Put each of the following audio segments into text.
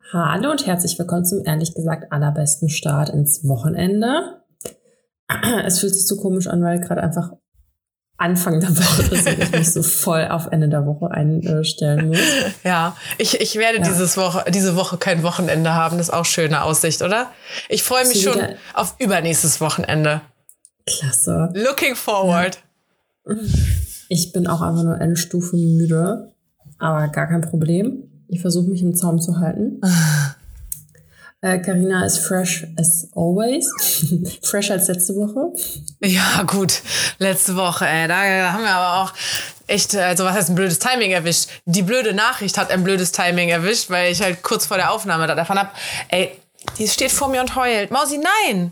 Hallo und herzlich willkommen zum ehrlich gesagt allerbesten Start ins Wochenende. Es fühlt sich so komisch an, weil gerade einfach Anfang der Woche ist und ich mich so voll auf Ende der Woche einstellen muss. Ja, ich werde diese Woche kein Wochenende haben. Das ist auch schöne Aussicht, oder? Ich freue mich schon auf übernächstes Wochenende. Klasse. Looking forward. Ja. Ich bin auch einfach nur Endstufe müde, aber gar kein Problem. Ich versuche mich im Zaum zu halten. Carina ist fresh as always. Fresh als letzte Woche. Ja, gut. Letzte Woche, da haben wir aber auch echt, also was heißt ein blödes Timing erwischt? Die blöde Nachricht hat ein blödes Timing erwischt, weil ich halt kurz vor der Aufnahme davon hab, die steht vor mir und heult. Mausi, nein!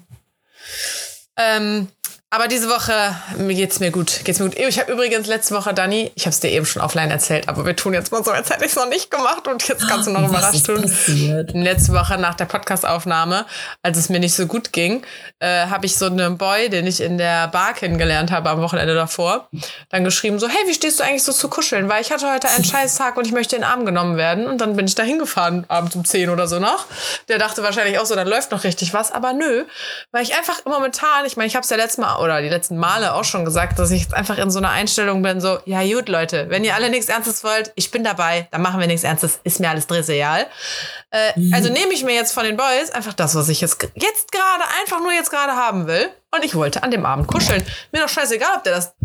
Aber diese Woche geht's mir gut. Ich habe übrigens letzte Woche, Dani, ich habe es dir eben schon offline erzählt, aber wir tun jetzt mal so, als hätte ich es noch nicht gemacht und jetzt kannst du noch überrascht tun. Letzte Woche nach der Podcast-Aufnahme, als es mir nicht so gut ging, habe ich so einen Boy, den ich in der Bar kennengelernt habe am Wochenende davor, dann geschrieben so, hey, wie stehst du eigentlich so zu kuscheln? Weil ich hatte heute einen Scheißtag und ich möchte in den Arm genommen werden. Und dann bin ich da hingefahren, abends um 10 oder so noch. Der dachte wahrscheinlich auch so, dann läuft noch richtig was. Aber nö, weil ich einfach momentan, ich meine, ich habe es ja letztes Mal oder die letzten Male auch schon gesagt, dass ich jetzt einfach in so einer Einstellung bin, so, ja gut, Leute, wenn ihr alle nichts Ernstes wollt, ich bin dabei, dann machen wir nichts Ernstes, ist mir alles dreseal. Also nehme ich mir jetzt von den Boys einfach das, was ich jetzt gerade haben will. Und ich wollte an dem Abend kuscheln. Mir doch scheißegal, ob der das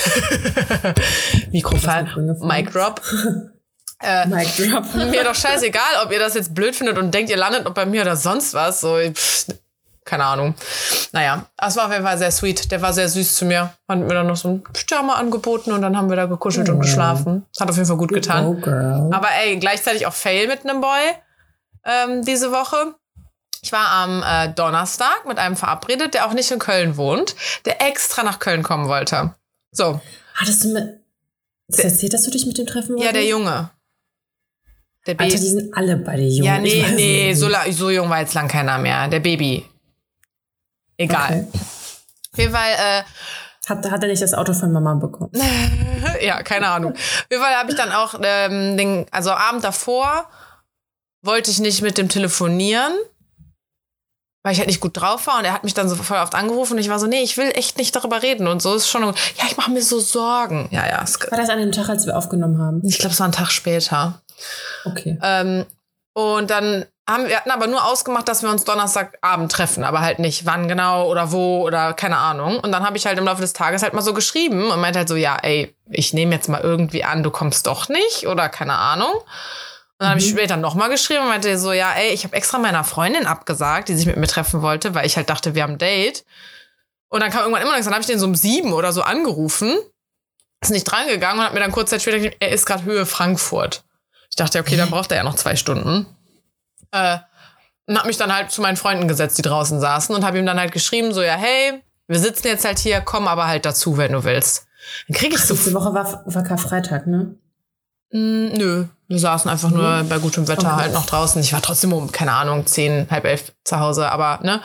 Mikrofon, Mic Drop. Mic Drop. Mir doch scheißegal, ob ihr das jetzt blöd findet und denkt, ihr landet noch bei mir oder sonst was. So, keine Ahnung. Naja, es war auf jeden Fall sehr sweet. Der war sehr süß zu mir. Hat mir dann noch so ein Pyjama angeboten und dann haben wir da gekuschelt und geschlafen. Hat auf jeden Fall gut getan. Aber gleichzeitig auch Fail mit einem Boy diese Woche. Ich war am Donnerstag mit einem verabredet, der auch nicht in Köln wohnt, der extra nach Köln kommen wollte. So. Hattest du erzählt, dass du dich mit dem treffen wolltest? Ja, der Junge. Der Alter, die sind alle beide jung. Ja, nee, so jung war jetzt lang keiner mehr. Der Baby. Egal. Okay. Auf jeden Fall hat er nicht das Auto von Mama bekommen? Ja, keine Ahnung. Auf jeden Fall habe ich dann auch also Abend davor wollte ich nicht mit dem telefonieren, weil ich halt nicht gut drauf war und er hat mich dann so voll oft angerufen und ich war so, nee, ich will echt nicht darüber reden und so ist schon, ja, ich mache mir so Sorgen. Ja. War das an dem Tag, als wir aufgenommen haben? Ich glaube, es war ein Tag später. Okay. Und dann wir hatten aber nur ausgemacht, dass wir uns Donnerstagabend treffen, aber halt nicht wann genau oder wo oder keine Ahnung. Und dann habe ich halt im Laufe des Tages halt mal so geschrieben und meinte halt so, ja, ich nehme jetzt mal irgendwie an, du kommst doch nicht oder keine Ahnung. Und dann habe ich später nochmal geschrieben und meinte so, ja, ich habe extra meiner Freundin abgesagt, die sich mit mir treffen wollte, weil ich halt dachte, wir haben ein Date. Und dann kam irgendwann immer nichts, dann habe ich den so um 7 oder so angerufen, ist nicht dran gegangen und hat mir dann kurz Zeit später gesagt, er ist gerade Höhe Frankfurt. Ich dachte, okay, dann braucht er ja noch 2 Stunden. Und hab mich dann halt zu meinen Freunden gesetzt, die draußen saßen und habe ihm dann halt geschrieben, so, ja, hey, wir sitzen jetzt halt hier, komm aber halt dazu, wenn du willst. Dann krieg ich so... Diese Woche war Karfreitag, ne? Nö, wir saßen einfach nur bei gutem Wetter halt noch draußen. Ich war trotzdem um, keine Ahnung, 10, halb 11 zu Hause, aber, ne?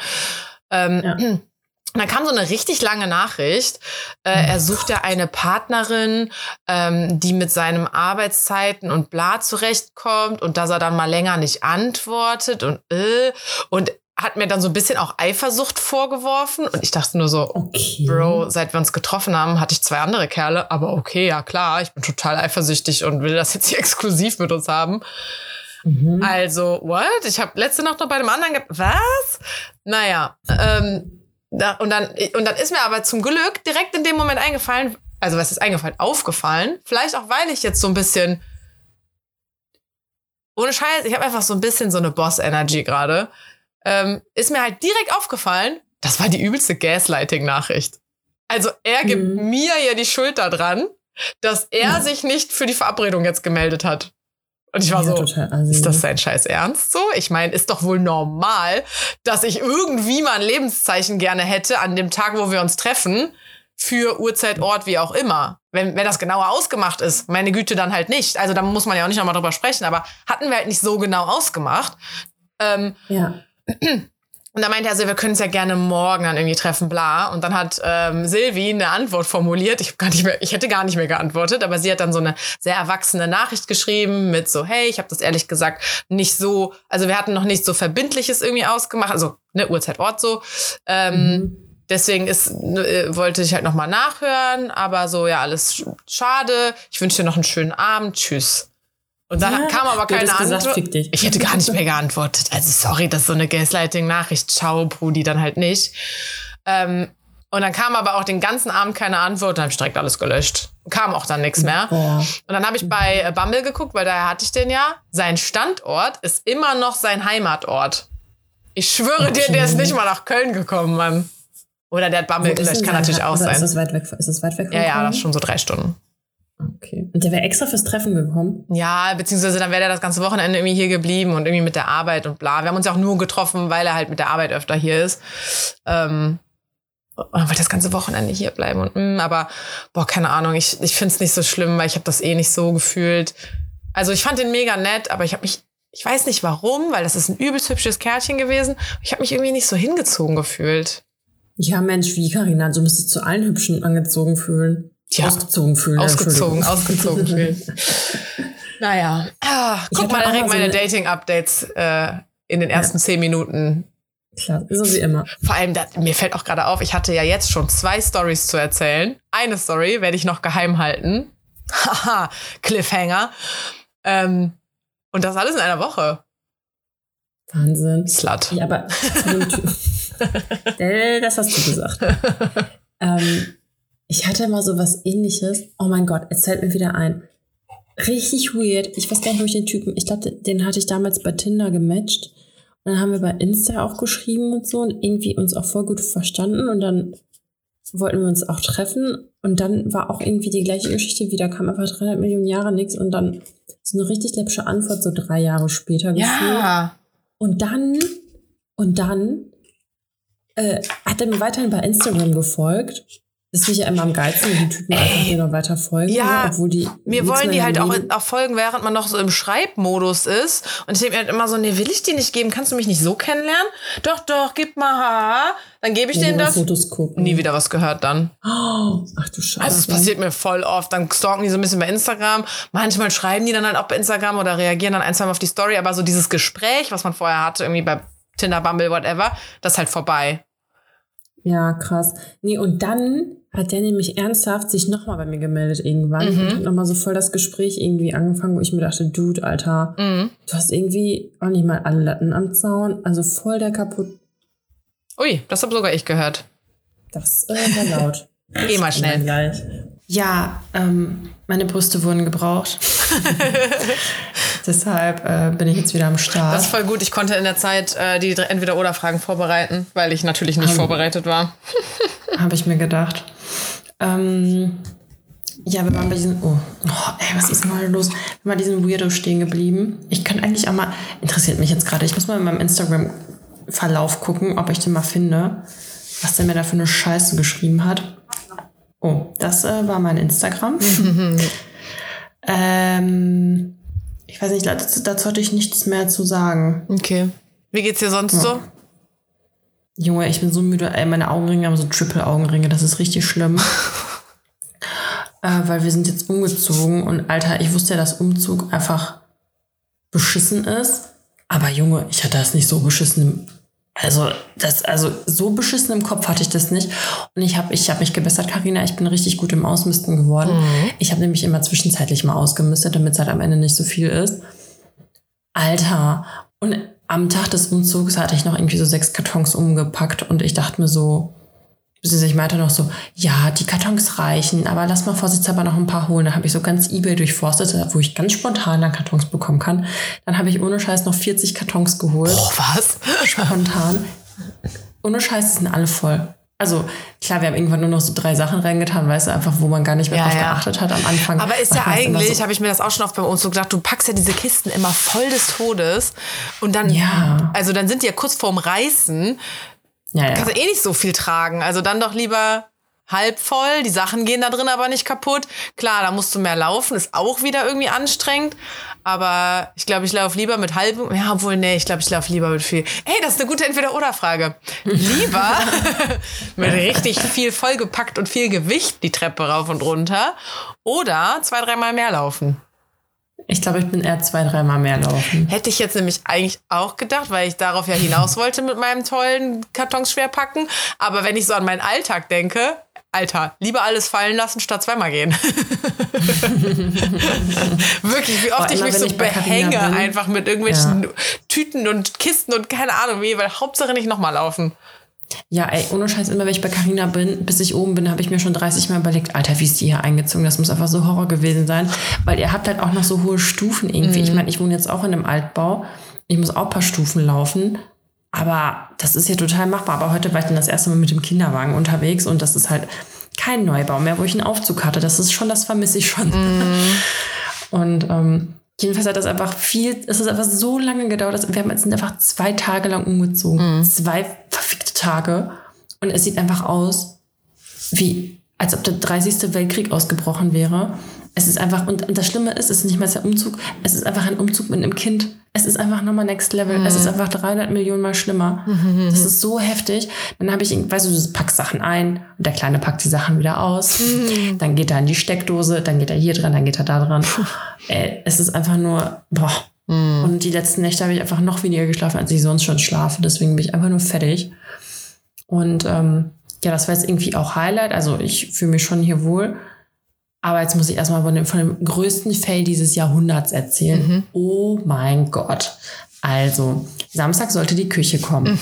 Und dann kam so eine richtig lange Nachricht. Er sucht ja eine Partnerin, die mit seinen Arbeitszeiten und bla zurechtkommt und dass er dann mal länger nicht antwortet und hat mir dann so ein bisschen auch Eifersucht vorgeworfen. Und ich dachte nur so, okay. Bro, seit wir uns getroffen haben, hatte ich 2 andere Kerle. Aber okay, ja klar, ich bin total eifersüchtig und will das jetzt hier exklusiv mit uns haben. Also, what? Ich habe letzte Nacht noch bei dem anderen was? Naja, und dann ist mir aber zum Glück direkt in dem Moment eingefallen, also was ist eingefallen? Aufgefallen. Vielleicht auch, weil ich jetzt so ein bisschen, ohne Scheiß, ich habe einfach so ein bisschen so eine Boss-Energy gerade, ist mir halt direkt aufgefallen, das war die übelste Gaslighting-Nachricht. Also er gibt mir ja die Schuld daran, dass er sich nicht für die Verabredung jetzt gemeldet hat. Und ich war so, ist das sein scheiß Ernst so? Ich meine, ist doch wohl normal, dass ich irgendwie mal ein Lebenszeichen gerne hätte an dem Tag, wo wir uns treffen, für Uhrzeit, Ort, wie auch immer. Wenn das genauer ausgemacht ist, meine Güte, dann halt nicht. Also da muss man ja auch nicht nochmal drüber sprechen, aber hatten wir halt nicht so genau ausgemacht. Und da meinte er so, wir können es ja gerne morgen dann irgendwie treffen, bla. Und dann hat Silvi eine Antwort formuliert. Ich hätte gar nicht mehr geantwortet, aber sie hat dann so eine sehr erwachsene Nachricht geschrieben mit so, hey, ich habe das ehrlich gesagt nicht so, also wir hatten noch nichts so Verbindliches irgendwie ausgemacht, also ne, Uhrzeit, Ort so. Deswegen wollte ich halt nochmal nachhören, aber so, ja, alles schade. Ich wünsche dir noch einen schönen Abend. Tschüss. Und dann kam aber keine Antwort. Ich hätte gar nicht mehr geantwortet. Also sorry, das ist so eine Gaslighting-Nachricht. Ciao, Brudi, dann halt nicht. Und dann kam aber auch den ganzen Abend keine Antwort. Dann habe ich direkt alles gelöscht. Kam auch dann nichts mehr. Und dann habe ich bei Bumble geguckt, weil daher hatte ich den ja. Sein Standort ist immer noch sein Heimatort. Ich schwöre dir, der ist nicht mal nach Köln gekommen, Mann. Oder der hat Bumble gelöscht, kann natürlich auch sein. Ist das weit weg von Ja, das ist schon so 3 Stunden. Okay. Und der wäre extra fürs Treffen gekommen? Ja, beziehungsweise dann wäre der das ganze Wochenende irgendwie hier geblieben und irgendwie mit der Arbeit und bla. Wir haben uns ja auch nur getroffen, weil er halt mit der Arbeit öfter hier ist. Und dann wollte das ganze Wochenende hier bleiben. Aber, keine Ahnung, ich finde es nicht so schlimm, weil ich habe das eh nicht so gefühlt. Also ich fand den mega nett, aber ich weiß nicht warum, weil das ist ein übelst hübsches Kerlchen gewesen. Ich habe mich irgendwie nicht so hingezogen gefühlt. Ja, Mensch, wie Carina, du musst dich zu allen Hübschen angezogen fühlen. Ja, ausgezogen fühlen. Ausgezogen fühlen. Naja. Guck mal direkt meine Dating-Updates in den ersten 10 Minuten. Klar, so wie immer. Vor allem, mir fällt auch gerade auf, ich hatte ja jetzt schon 2 Storys zu erzählen. Eine Story werde ich noch geheim halten. Haha, Cliffhanger. Und das alles in einer Woche. Wahnsinn. Slut. Ja, aber das hast du gesagt. Ich hatte mal so was Ähnliches. Oh mein Gott, es fällt mir wieder ein. Richtig weird. Ich weiß gar nicht, ob ich den Typen, ich glaube, den hatte ich damals bei Tinder gematcht. Und dann haben wir bei Insta auch geschrieben und so und irgendwie uns auch voll gut verstanden. Und dann wollten wir uns auch treffen. Und dann war auch irgendwie die gleiche Geschichte wieder. Kam einfach 300 Millionen Jahre nichts. Und dann so eine richtig läppische Antwort so 3 Jahre später gefühlt. Ja. Und dann hat er mir weiterhin bei Instagram gefolgt. Das finde ich ja immer am geilsten, wenn die Typen einfach mir noch weiter folgen. Ja, obwohl die mir wollen die halt auch folgen, während man noch so im Schreibmodus ist. Und ich denke mir halt immer so, nee, will ich die nicht geben? Kannst du mich nicht so kennenlernen? Doch, gib mal. Dann gebe ich denen das. Fotos gucken. Nie wieder was gehört dann. Oh, ach du Scheiße. Also es passiert mir voll oft. Dann stalken die so ein bisschen bei Instagram. Manchmal schreiben die dann halt auch bei Instagram oder reagieren dann 1, 2 Mal auf die Story. Aber so dieses Gespräch, was man vorher hatte, irgendwie bei Tinder, Bumble, whatever, das ist halt vorbei. Ja, krass. Nee, und dann hat der nämlich ernsthaft sich nochmal bei mir gemeldet irgendwann und hat nochmal so voll das Gespräch irgendwie angefangen, wo ich mir dachte, Dude, Alter, du hast irgendwie auch nicht mal alle Latten am Zaun, also voll der kaputt. Ui, das habe sogar ich gehört. Das war laut. Geh mal schnell. Gleich. Ja, meine Brüste wurden gebraucht. Deshalb bin ich jetzt wieder am Start. Das ist voll gut. Ich konnte in der Zeit die Entweder-Oder-Fragen vorbereiten, weil ich natürlich nicht vorbereitet war. Habe ich mir gedacht. Ja, wir waren bei diesem... was ist denn heute los? Wir waren bei diesem Weirdo stehen geblieben. Ich kann eigentlich auch mal... Interessiert mich jetzt gerade. Ich muss mal in meinem Instagram-Verlauf gucken, ob ich den mal finde, was der mir da für eine Scheiße geschrieben hat. Oh, das war mein Instagram. Ich weiß nicht, dazu hatte ich nichts mehr zu sagen. Okay. Wie geht's dir sonst so? Junge, ich bin so müde. Meine Augenringe haben so Triple-Augenringe. Das ist richtig schlimm. Weil wir sind jetzt umgezogen. Und Alter, ich wusste ja, dass Umzug einfach beschissen ist. Aber Junge, ich hatte das nicht so beschissen. Also so beschissen im Kopf hatte ich das nicht. Und ich hab mich gebessert, Carina. Ich bin richtig gut im Ausmisten geworden. Ich habe nämlich immer zwischenzeitlich mal ausgemistet, damit es halt am Ende nicht so viel ist. Alter. Und am Tag des Umzugs hatte ich noch irgendwie so 6 Kartons umgepackt. Und ich dachte mir so, ich meinte noch so, ja, die Kartons reichen, aber lass mal vorsichtshalber noch ein paar holen. Da habe ich so ganz eBay durchforstet, wo ich ganz spontan dann Kartons bekommen kann. Dann habe ich ohne Scheiß noch 40 Kartons geholt. Oh, was? Spontan. Ohne Scheiß, die sind alle voll. Also klar, wir haben irgendwann nur noch so 3 Sachen reingetan, weißt du, einfach, wo man gar nicht mehr drauf geachtet hat am Anfang. Aber ist ja eigentlich, habe ich mir das auch schon oft beim Umzug gedacht, du packst ja diese Kisten immer voll des Todes und dann, also dann sind die ja kurz vorm Reißen. Ja. Kannst du eh nicht so viel tragen. Also dann doch lieber halb voll, die Sachen gehen da drin aber nicht kaputt. Klar, da musst du mehr laufen, ist auch wieder irgendwie anstrengend. Aber ich glaube, ich laufe lieber mit halbem, ja, obwohl, nee, ich glaube, ich laufe lieber mit viel. Hey, das ist eine gute Entweder-oder-Frage. Lieber mit richtig viel vollgepackt und viel Gewicht die Treppe rauf und runter oder 2-3 Mal mehr laufen. Ich glaube, ich bin eher 2-3 Mal mehr laufen. Hätte ich jetzt nämlich eigentlich auch gedacht, weil ich darauf ja hinaus wollte mit meinem tollen Kartons schwer packen. Aber wenn ich so an meinen Alltag denke, Alter, lieber alles fallen lassen, statt 2-mal gehen. Wirklich, wie oft ich mich so behänge, einfach mit irgendwelchen Tüten und Kisten und keine Ahnung wie, weil Hauptsache nicht nochmal laufen. Ja, ey, ohne Scheiß, immer wenn ich bei Carina bin, bis ich oben bin, habe ich mir schon 30 Mal überlegt, Alter, wie ist die hier eingezogen? Das muss einfach so Horror gewesen sein. Weil ihr habt halt auch noch so hohe Stufen irgendwie. Ich meine, ich wohne jetzt auch in einem Altbau. Ich muss auch ein paar Stufen laufen. Aber das ist ja total machbar. Aber heute war ich dann das erste Mal mit dem Kinderwagen unterwegs und das ist halt kein Neubau mehr, wo ich einen Aufzug hatte. Das vermisse ich schon. Und jedenfalls hat das einfach es ist einfach so lange gedauert. Wir haben jetzt einfach 2 Tage lang umgezogen. 2 verfickte Tage. Und es sieht einfach aus, wie als ob der 30. Weltkrieg ausgebrochen wäre. Es ist einfach, und das Schlimme ist, es ist nicht mal der Umzug, es ist einfach ein Umzug mit einem Kind. Es ist einfach nochmal Next Level. Es ist einfach 300 Millionen Mal schlimmer. Das ist so heftig. Dann habe ich, weißt du, du packst Sachen ein und der Kleine packt die Sachen wieder aus. Dann geht er in die Steckdose, dann geht er hier dran, dann geht er da dran. Es ist einfach nur, boah. Und die letzten Nächte habe ich einfach noch weniger geschlafen, als ich sonst schon schlafe. Deswegen bin ich einfach nur fertig. Und ja, das war jetzt irgendwie auch Highlight. Also ich fühle mich schon hier wohl. Aber jetzt muss ich erstmal von dem größten Fail dieses Jahrhunderts erzählen. Oh mein Gott. Also, Samstag sollte die Küche kommen.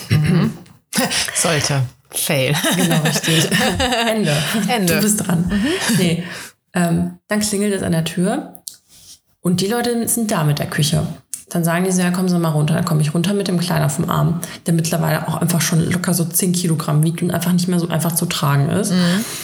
Sollte. Fail. Genau, richtig. Ende. Du bist dran. Nee. Dann klingelt es an der Tür und die Leute sind da mit der Küche. Dann sagen die so, ja, kommen Sie mal runter. Dann komme ich runter mit dem Kleinen auf dem Arm, der mittlerweile auch einfach schon locker so 10 Kilogramm wiegt und einfach nicht mehr so einfach zu tragen ist.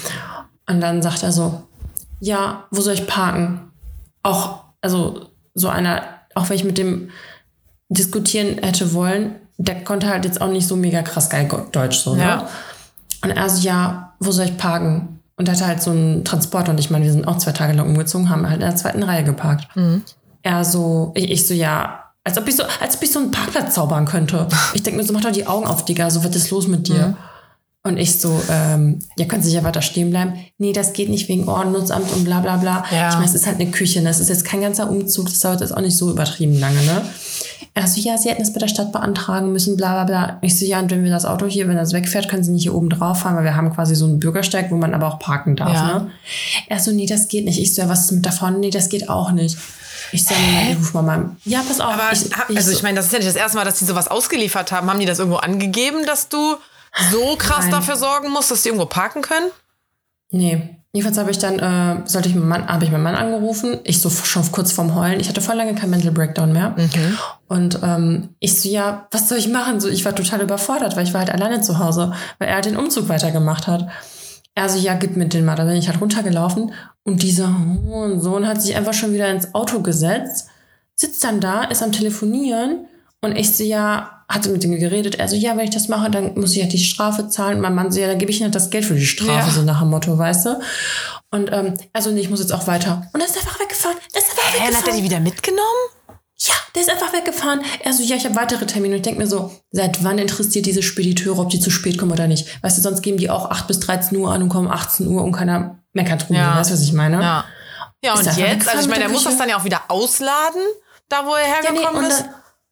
Und dann sagt er so, ja, wo soll ich parken? Auch, also so einer, auch wenn ich mit dem diskutieren hätte wollen, der konnte halt jetzt auch nicht so mega krass geil Deutsch so, ja. Ne? Und er so, ja, wo soll ich parken? Und er hatte halt so einen Transporter und ich meine, wir sind auch 2 Tage lang umgezogen, haben halt in der 2. Reihe geparkt. Er so, ich so, ja, als ob ich so einen Parkplatz zaubern könnte. Ich denke mir so, mach doch die Augen auf, Digga, so, was ist los mit dir? Und ich so, ja, können Sie ja weiter stehen bleiben? Nee, das geht nicht wegen Ordnungsamt und bla bla bla. Ja. Ich meine, es ist halt eine Küche, ne? Das ist jetzt kein ganzer Umzug, das dauert jetzt auch nicht so übertrieben lange, ne? Er so, ja, Sie hätten es bei der Stadt beantragen müssen, bla bla bla. Ich so, ja, und wenn wir das Auto hier, wenn das wegfährt, können Sie nicht hier oben drauf fahren, weil wir haben quasi so einen Bürgersteig, wo man aber auch parken darf, ne? Er so, nee, das geht nicht. Ich so, ja, was ist mit da vorne? Nee, das geht auch nicht. Ich sage, ich ruf mal. Ja, pass auf. Aber ich meine, das ist ja nicht das erste Mal, dass die sowas ausgeliefert haben. Haben die das irgendwo angegeben, dass du so krass dafür sorgen musst, dass die irgendwo parken können? Nee. Jedenfalls habe ich dann, habe ich meinen Mann angerufen. Ich so schon kurz vorm Heulen. Ich hatte voll lange keinen Mental Breakdown mehr. Und ich so, ja, was soll ich machen? So, ich war total überfordert, weil ich war halt alleine zu Hause, weil er halt den Umzug weitergemacht hat. Er so, ja, gib mir den mal. Dann bin ich halt runtergelaufen und dieser Sohn hat sich einfach schon wieder ins Auto gesetzt, sitzt dann da, ist am Telefonieren und ich so, ja, hatte mit ihm geredet. Er so, ja, wenn ich das mache, dann muss ich ja die Strafe zahlen. Und mein Mann so, ja, dann gebe ich Ihnen das Geld für die Strafe, so nach dem Motto, weißt du? Und also nee, ich muss jetzt auch weiter. Und dann ist er einfach weggefahren. Hat er die wieder mitgenommen? Ja, der ist einfach weggefahren. Er so, ja, ich habe weitere Termine. Und ich denke mir so, seit wann interessiert diese Spediteure, ob die zu spät kommen oder nicht? Weißt du, sonst geben die auch 8 bis 13 Uhr an und kommen 18 Uhr und keiner meckert rum. Weißt du, was ich meine? Ja, und jetzt? Also ich meine, der muss das dann ja auch wieder ausladen, da wo er hergekommen ist.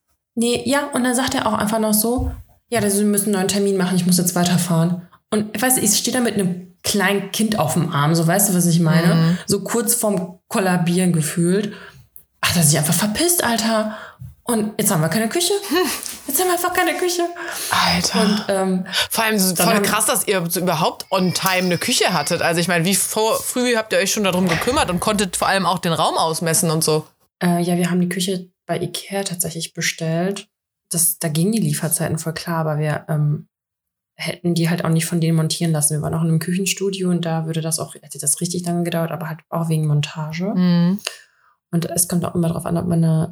Und dann sagt er auch einfach noch so, ja, wir müssen einen neuen Termin machen, ich muss jetzt weiterfahren. Und weißt du, ich stehe da mit einem kleinen Kind auf dem Arm, so, weißt du, was ich meine? So kurz vorm Kollabieren gefühlt. Hat er sich einfach verpisst, Alter. Und jetzt haben wir keine Küche. Jetzt haben wir einfach keine Küche. Alter. Und, vor allem voll krass, dass ihr überhaupt on time eine Küche hattet. Also ich meine, wie früh habt ihr euch schon darum gekümmert und konntet vor allem auch den Raum ausmessen und so? Ja, wir haben die Küche bei Ikea tatsächlich bestellt. Da gingen die Lieferzeiten voll klar, aber wir hätten die halt auch nicht von denen montieren lassen. Wir waren auch in einem Küchenstudio und da hätte das richtig lange gedauert, aber halt auch wegen Montage. Und es kommt auch immer darauf an, ob man eine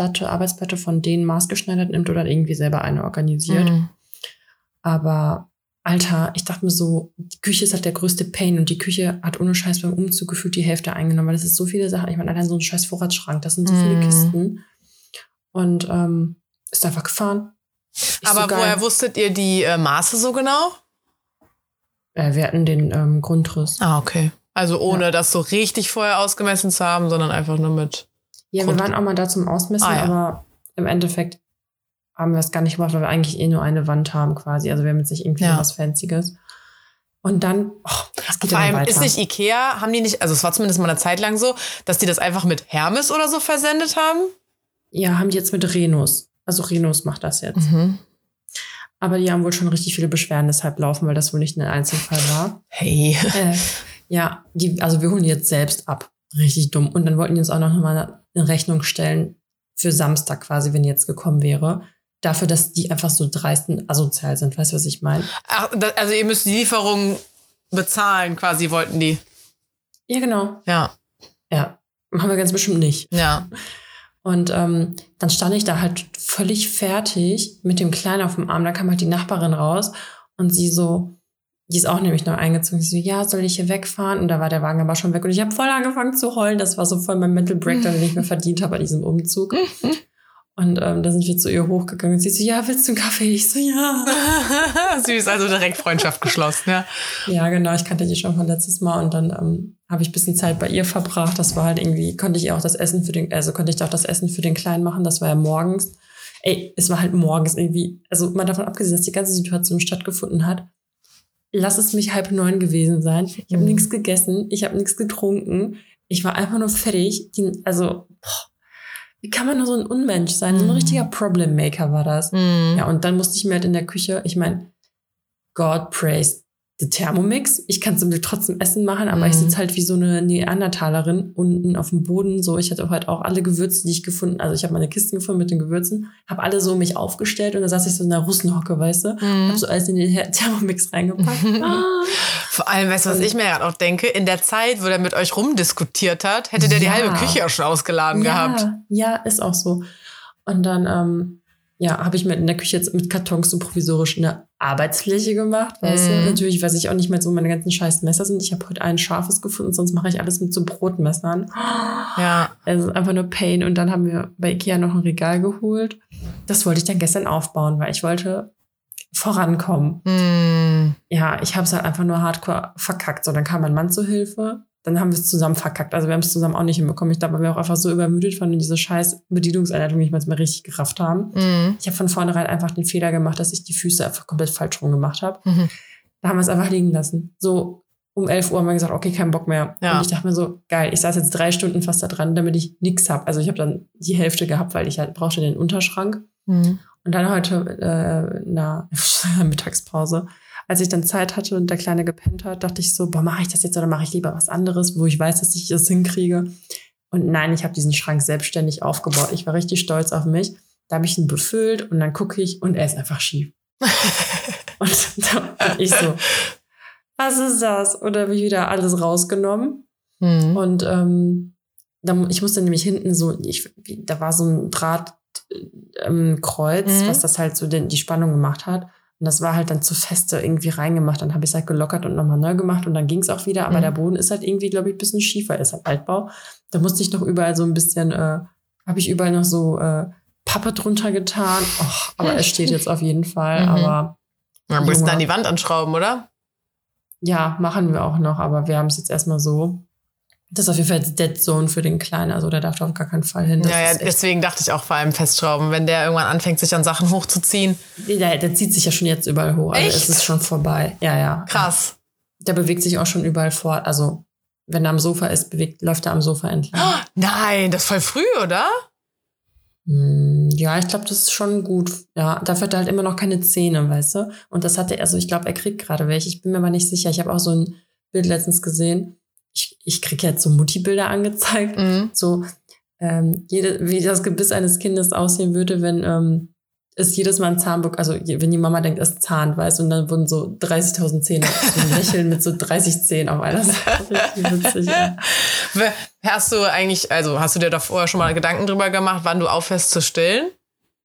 Arbeitsplatte von denen maßgeschneidert nimmt oder irgendwie selber eine organisiert. Aber Alter, ich dachte mir so, die Küche ist halt der größte Pain und die Küche hat ohne Scheiß beim Umzug gefühlt die Hälfte eingenommen, weil das ist so viele Sachen. Ich meine, allein so ein scheiß Vorratsschrank, das sind so viele Kisten. Und ist einfach gefahren. Aber so woher wusstet ihr die Maße so genau? Wir hatten den Grundriss. Ah, okay. Also ohne das so richtig vorher ausgemessen zu haben, sondern einfach nur mit Ja, wir waren auch mal da zum Ausmessen, aber im Endeffekt haben wir es gar nicht gemacht, weil wir eigentlich nur eine Wand haben quasi. Also wir haben jetzt nicht irgendwie was Fancyes. Und dann, das geht vor allem weiter. Ist nicht Ikea, haben die nicht, also es war zumindest mal eine Zeit lang so, dass die das einfach mit Hermes oder so versendet haben? Ja, haben die jetzt mit Renus. Also Renus macht das jetzt. Aber die haben wohl schon richtig viele Beschwerden deshalb laufen, weil das wohl nicht ein Einzelfall war. Hey. Ja, also wir holen die jetzt selbst ab. Richtig dumm. Und dann wollten die uns auch noch mal eine Rechnung stellen für Samstag quasi, wenn die jetzt gekommen wäre. Dafür, dass die einfach so dreist und asozial sind. Weißt du, was ich meine? Ach, also ihr müsst die Lieferung bezahlen quasi, wollten die. Ja, genau. Ja. Ja, haben wir ganz bestimmt nicht. Ja. Und dann stand ich da halt völlig fertig mit dem Kleinen auf dem Arm. Da kam halt die Nachbarin raus und sie so, die ist auch nämlich noch eingezogen. Sie so, ja, soll ich hier wegfahren? Und da war der Wagen aber schon weg. Und ich habe voll angefangen zu heulen. Das war so voll mein Mental Breakdown, den ich mir verdient habe bei diesem Umzug. Und da sind wir zu ihr hochgegangen und sie so, ja, willst du einen Kaffee? Ich so, ja. Süß, also direkt Freundschaft geschlossen, ja. Ja, genau, ich kannte die schon von letztes Mal und dann habe ich ein bisschen Zeit bei ihr verbracht. Das war halt irgendwie, konnte ich da auch das Essen für den Kleinen machen. Das war ja morgens. Es war halt morgens irgendwie, also mal davon abgesehen, dass die ganze Situation stattgefunden hat. Lass es mich 8:30 gewesen sein. Ich habe nichts gegessen, ich habe nichts getrunken. Ich war einfach nur fertig. Wie kann man nur so ein Unmensch sein? So ein richtiger Problem-Maker war das. Ja, und dann musste ich mir halt in der Küche, ich meine, God praise the Thermomix. Ich kann zum Glück trotzdem Essen machen, aber ich sitze halt wie so eine Neandertalerin unten auf dem Boden. So, ich hatte halt auch alle Gewürze, die ich gefunden, also ich habe meine Kisten gefunden mit den Gewürzen, habe alle so mich aufgestellt und da saß ich so in der Russenhocke, weißt du? Hab so alles in den Thermomix reingepackt. Vor allem, weißt du, was ich mir gerade auch denke? In der Zeit, wo der mit euch rumdiskutiert hat, hätte der die halbe Küche auch schon ausgeladen gehabt. Ja, ist auch so. Und dann, habe ich mir in der Küche jetzt mit Kartons so provisorisch eine Arbeitsfläche gemacht, weißt du? Natürlich weiß ich auch nicht mehr, so meine ganzen scheiß Messer sind. Ich habe heute ein scharfes gefunden, sonst mache ich alles mit so Brotmessern. Ja. Es ist einfach nur Pain. Und dann haben wir bei Ikea noch ein Regal geholt. Das wollte ich dann gestern aufbauen, weil ich wollte vorankommen. Ja, ich habe es halt einfach nur hardcore verkackt. So, dann kam mein Mann zur Hilfe. Dann haben wir es zusammen verkackt. Also wir haben es zusammen auch nicht hinbekommen. Ich glaube, weil wir auch einfach so übermüdet waren und diese scheiß Bedienungsanleitung nicht mal richtig gerafft haben. Ich habe von vornherein einfach den Fehler gemacht, dass ich die Füße einfach komplett falsch rum gemacht habe. Da haben wir es einfach liegen lassen. So um 11 Uhr haben wir gesagt, okay, kein Bock mehr. Ja. Und ich dachte mir so, geil, ich saß jetzt 3 Stunden fast da dran, damit ich nichts habe. Also ich habe dann die Hälfte gehabt, weil ich halt brauchte den Unterschrank. Und dann heute in der Mittagspause, als ich dann Zeit hatte und der Kleine gepennt hat, dachte ich so, mache ich das jetzt oder mache ich lieber was anderes, wo ich weiß, dass ich das hinkriege. Und nein, ich habe diesen Schrank selbstständig aufgebaut. Ich war richtig stolz auf mich. Da habe ich ihn befüllt und dann gucke ich und er ist einfach schief. Und ich so, was ist das? Und dann habe ich wieder alles rausgenommen. Und ich musste nämlich hinten so, da war so ein Drahtkreuz, was das halt so die Spannung gemacht hat. Und das war halt dann zu feste irgendwie reingemacht. Dann habe ich es halt gelockert und nochmal neu gemacht und dann ging es auch wieder. Aber der Boden ist halt irgendwie, glaube ich, ein bisschen schief, weil es halt Altbau. Da musste ich noch überall so ein bisschen, habe ich überall noch so Pappe drunter getan. Aber es steht jetzt auf jeden Fall. Aber man muss dann die Wand anschrauben, oder? Ja, machen wir auch noch. Aber wir haben es jetzt erstmal so. Das ist auf jeden Fall die Dead Zone für den Kleinen. Also der darf da auf gar keinen Fall hin. Ja, deswegen dachte ich auch vor allem festschrauben. Wenn der irgendwann anfängt, sich an Sachen hochzuziehen. Der zieht sich ja schon jetzt überall hoch. Also es ist schon vorbei. Ja. Krass. Der bewegt sich auch schon überall fort. Also wenn er am Sofa ist, läuft er am Sofa entlang. Oh, nein, das ist voll früh, oder? Ja, ich glaube, das ist schon gut. Ja, dafür hat er halt immer noch keine Zähne, weißt du? Und das hat er, also ich glaube, er kriegt gerade welche. Ich bin mir aber nicht sicher. Ich habe auch so ein Bild letztens gesehen. Ich kriege jetzt so Mutti-Bilder angezeigt, so wie das Gebiss eines Kindes aussehen würde, wenn es jedes Mal ein Zahn, also wenn die Mama denkt, es zahnt, weißt du, und dann wurden so 30.000 Zähne, so ein Lächeln mit so 30 Zähnen auf einer Seite. Richtig witzig, ja. Hast du dir da vorher schon mal Gedanken drüber gemacht, wann du aufhörst zu stillen?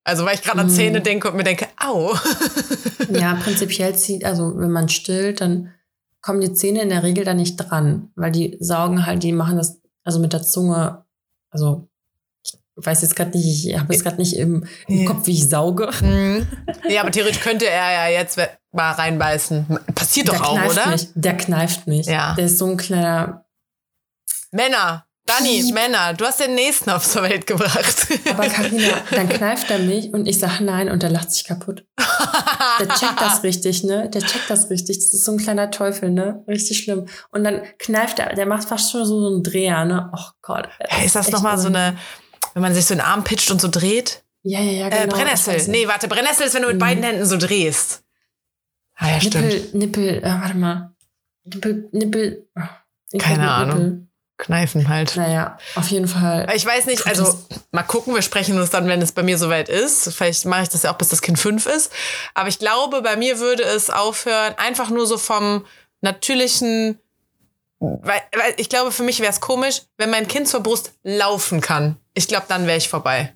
Also weil ich gerade an Zähne denke und mir denke, au. Ja, prinzipiell also wenn man stillt, dann kommen die Zähne in der Regel da nicht dran, weil die saugen halt, die machen das also mit der Zunge, also ich weiß jetzt gerade nicht, ich habe jetzt gerade nicht im Kopf, wie ich sauge. Ja, aber theoretisch könnte er ja jetzt mal reinbeißen. Passiert doch auch, oder? Nicht. Der kneift nicht. Ja. Der ist so ein kleiner... Männer, Dani, Männer, du hast den nächsten auf zur Welt gebracht. Aber Carina, dann kneift er mich und ich sage nein und der lacht sich kaputt. Der checkt das richtig, ne? Der checkt das richtig. Das ist so ein kleiner Teufel, ne? Richtig schlimm. Und dann kneift er, der macht fast schon so einen Dreher, ne? Oh Gott. Ja, ist das nochmal so eine, wenn man sich so einen Arm pitcht und so dreht? Ja, genau. Brennnessel. Nee, warte, Brennnessel ist, wenn du mit beiden Händen so drehst. Ah ja, stimmt. Nippel, warte mal. Nippel. Keine Ahnung. Nippel. Kneifen halt. Naja, auf jeden Fall. Ich weiß nicht, also mal gucken, wir sprechen uns dann, wenn es bei mir soweit ist. Vielleicht mache ich das ja auch, bis das Kind 5 ist. Aber ich glaube, bei mir würde es aufhören, einfach nur so vom natürlichen, weil ich glaube, für mich wäre es komisch, wenn mein Kind zur Brust laufen kann. Ich glaube, dann wäre ich vorbei.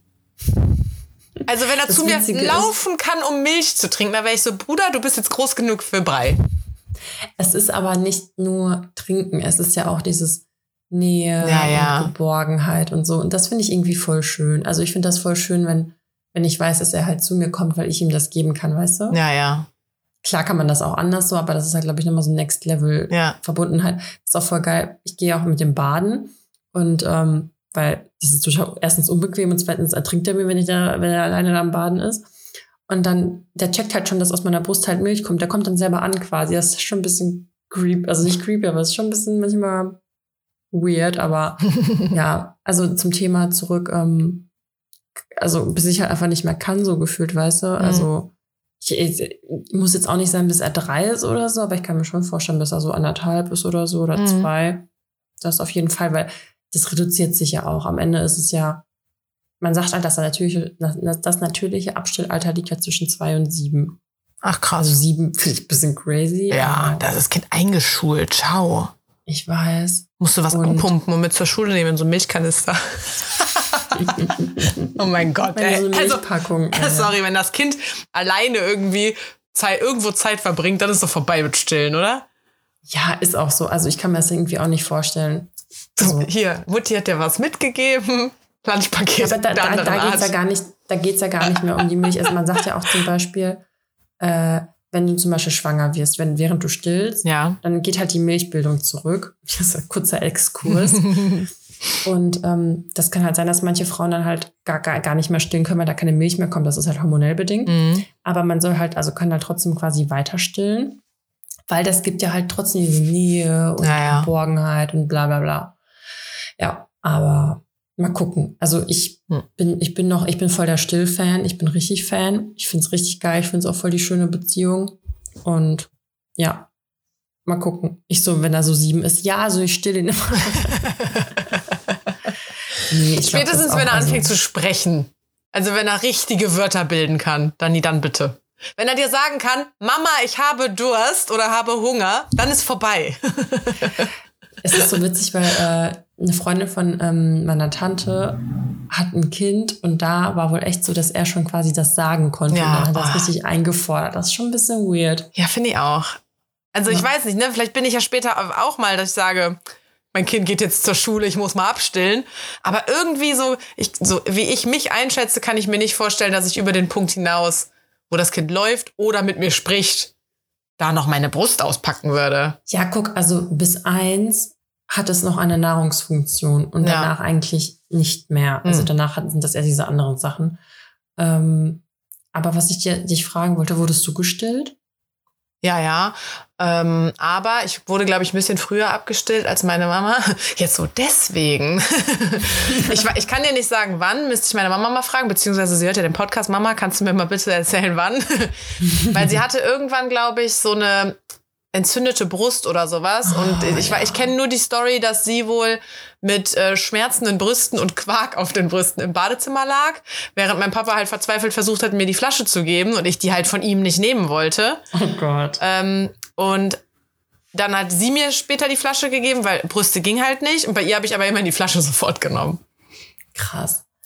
Also wenn er das zu mir laufen kann, um Milch zu trinken, dann wäre ich so, Bruder, du bist jetzt groß genug für Brei. Es ist aber nicht nur Trinken, es ist ja auch dieses Nähe und Geborgenheit und so. Und das finde ich irgendwie voll schön. Also ich finde das voll schön, wenn ich weiß, dass er halt zu mir kommt, weil ich ihm das geben kann, weißt du? Ja. Klar kann man das auch anders so, aber das ist halt, glaube ich, nochmal so Next Level Verbundenheit. Das ist auch voll geil. Ich gehe auch mit dem Baden und weil das ist total erstens unbequem und zweitens ertrinkt er mir, wenn er alleine da am Baden ist. Und dann, der checkt halt schon, dass aus meiner Brust halt Milch kommt. Der kommt dann selber an quasi. Das ist schon ein bisschen creepy, also nicht creepy, aber es ist schon ein bisschen manchmal weird, aber ja, also zum Thema zurück, also bis ich halt einfach nicht mehr kann, so gefühlt, weißt du, also ich muss jetzt auch nicht sein, bis er 3 ist oder so, aber ich kann mir schon vorstellen, bis er so 1,5 ist oder so oder 2, das auf jeden Fall, weil das reduziert sich ja auch, am Ende ist es ja, man sagt halt, das natürliche Abstillalter liegt ja zwischen 2 und 7. Ach krass. Also 7 finde ich ein bisschen crazy. Ja, da ist das Kind eingeschult, ciao. Ich weiß. Musst du was abpumpen und mit zur Schule nehmen, in so einen Milchkanister. Oh mein Gott, ey. So Milchpackung. Sorry, wenn das Kind alleine irgendwie irgendwo Zeit verbringt, dann ist doch vorbei mit Stillen, oder? Ja, ist auch so. Also ich kann mir das irgendwie auch nicht vorstellen. Also, hier, Mutti hat dir was mitgegeben. Lunchpaket. Aber da geht's ja gar nicht mehr um die Milch. Also man sagt ja auch zum Beispiel, wenn du zum Beispiel schwanger wirst, während du stillst, dann geht halt die Milchbildung zurück. Das ist ein kurzer Exkurs. Und das kann halt sein, dass manche Frauen dann halt gar nicht mehr stillen können, weil da keine Milch mehr kommt. Das ist halt hormonell bedingt. Aber man soll halt, also kann halt trotzdem quasi weiter stillen, weil das gibt ja halt trotzdem diese Nähe und Geborgenheit und bla bla bla. Ja, aber mal gucken. Also ich bin voll der Still-Fan. Ich bin richtig Fan. Ich find's richtig geil. Ich find's auch voll die schöne Beziehung. Und ja, mal gucken. Wenn er so 7 ist. Ja, also ich still ihn immer. Nee, spätestens, wenn er anfängt zu sprechen. Also wenn er richtige Wörter bilden kann, dann bitte. Wenn er dir sagen kann, Mama, ich habe Durst oder habe Hunger, dann ist vorbei. Es ist so witzig, weil eine Freundin von meiner Tante hat ein Kind und da war wohl echt so, dass er schon quasi das sagen konnte. Ja, und dann hat das richtig eingefordert. Das ist schon ein bisschen weird. Ja, finde ich auch. Also ich weiß nicht, ne? Vielleicht bin ich ja später auch mal, dass ich sage, mein Kind geht jetzt zur Schule, ich muss mal abstillen. Aber irgendwie so wie ich mich einschätze, kann ich mir nicht vorstellen, dass ich über den Punkt hinaus, wo das Kind läuft oder mit mir spricht, da noch meine Brust auspacken würde. Ja, guck, also bis 1 hat es noch eine Nahrungsfunktion und danach eigentlich nicht mehr. Also danach sind das eher diese anderen Sachen. Aber was ich dich fragen wollte, wurdest du gestillt? Ja. Aber ich wurde, glaube ich, ein bisschen früher abgestillt als meine Mama. Jetzt so deswegen. Ich kann dir nicht sagen, wann. Müsste ich meine Mama mal fragen. Beziehungsweise sie hört ja den Podcast. Mama, kannst du mir mal bitte erzählen, wann? Weil sie hatte irgendwann, glaube ich, so eine entzündete Brust oder sowas. Und ich kenne nur die Story, dass sie wohl mit schmerzenden Brüsten und Quark auf den Brüsten im Badezimmer lag, während mein Papa halt verzweifelt versucht hat, mir die Flasche zu geben und ich die halt von ihm nicht nehmen wollte. Oh Gott. Und dann hat sie mir später die Flasche gegeben, weil Brüste ging halt nicht. Und bei ihr habe ich aber immer die Flasche sofort genommen. Krass.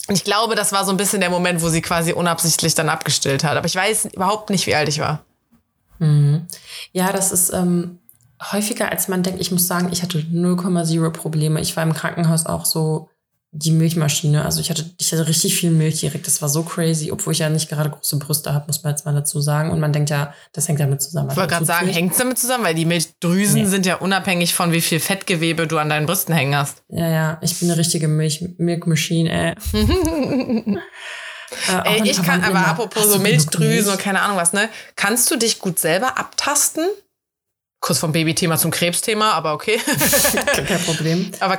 Und ich glaube, das war so ein bisschen der Moment, wo sie quasi unabsichtlich dann abgestillt hat. Aber ich weiß überhaupt nicht, wie alt ich war. Mhm. Ja, das ist häufiger, als man denkt. Ich muss sagen, ich hatte 0,0 Probleme. Ich war im Krankenhaus auch so die Milchmaschine. Also ich hatte richtig viel Milch direkt. Das war so crazy, obwohl ich ja nicht gerade große Brüste habe, muss man jetzt mal dazu sagen. Und man denkt ja, das hängt damit zusammen. Ich wollte gerade sagen, hängt es damit zusammen? Weil die Milchdrüsen sind ja unabhängig von, wie viel Fettgewebe du an deinen Brüsten hängen hast. Ja, ich bin eine richtige Milkmaschine, ich kann, aber apropos so Milchdrüsen und keine Ahnung was, ne? Kannst du dich gut selber abtasten? Kurz vom Babythema zum Krebsthema, aber okay. Kein Problem. Aber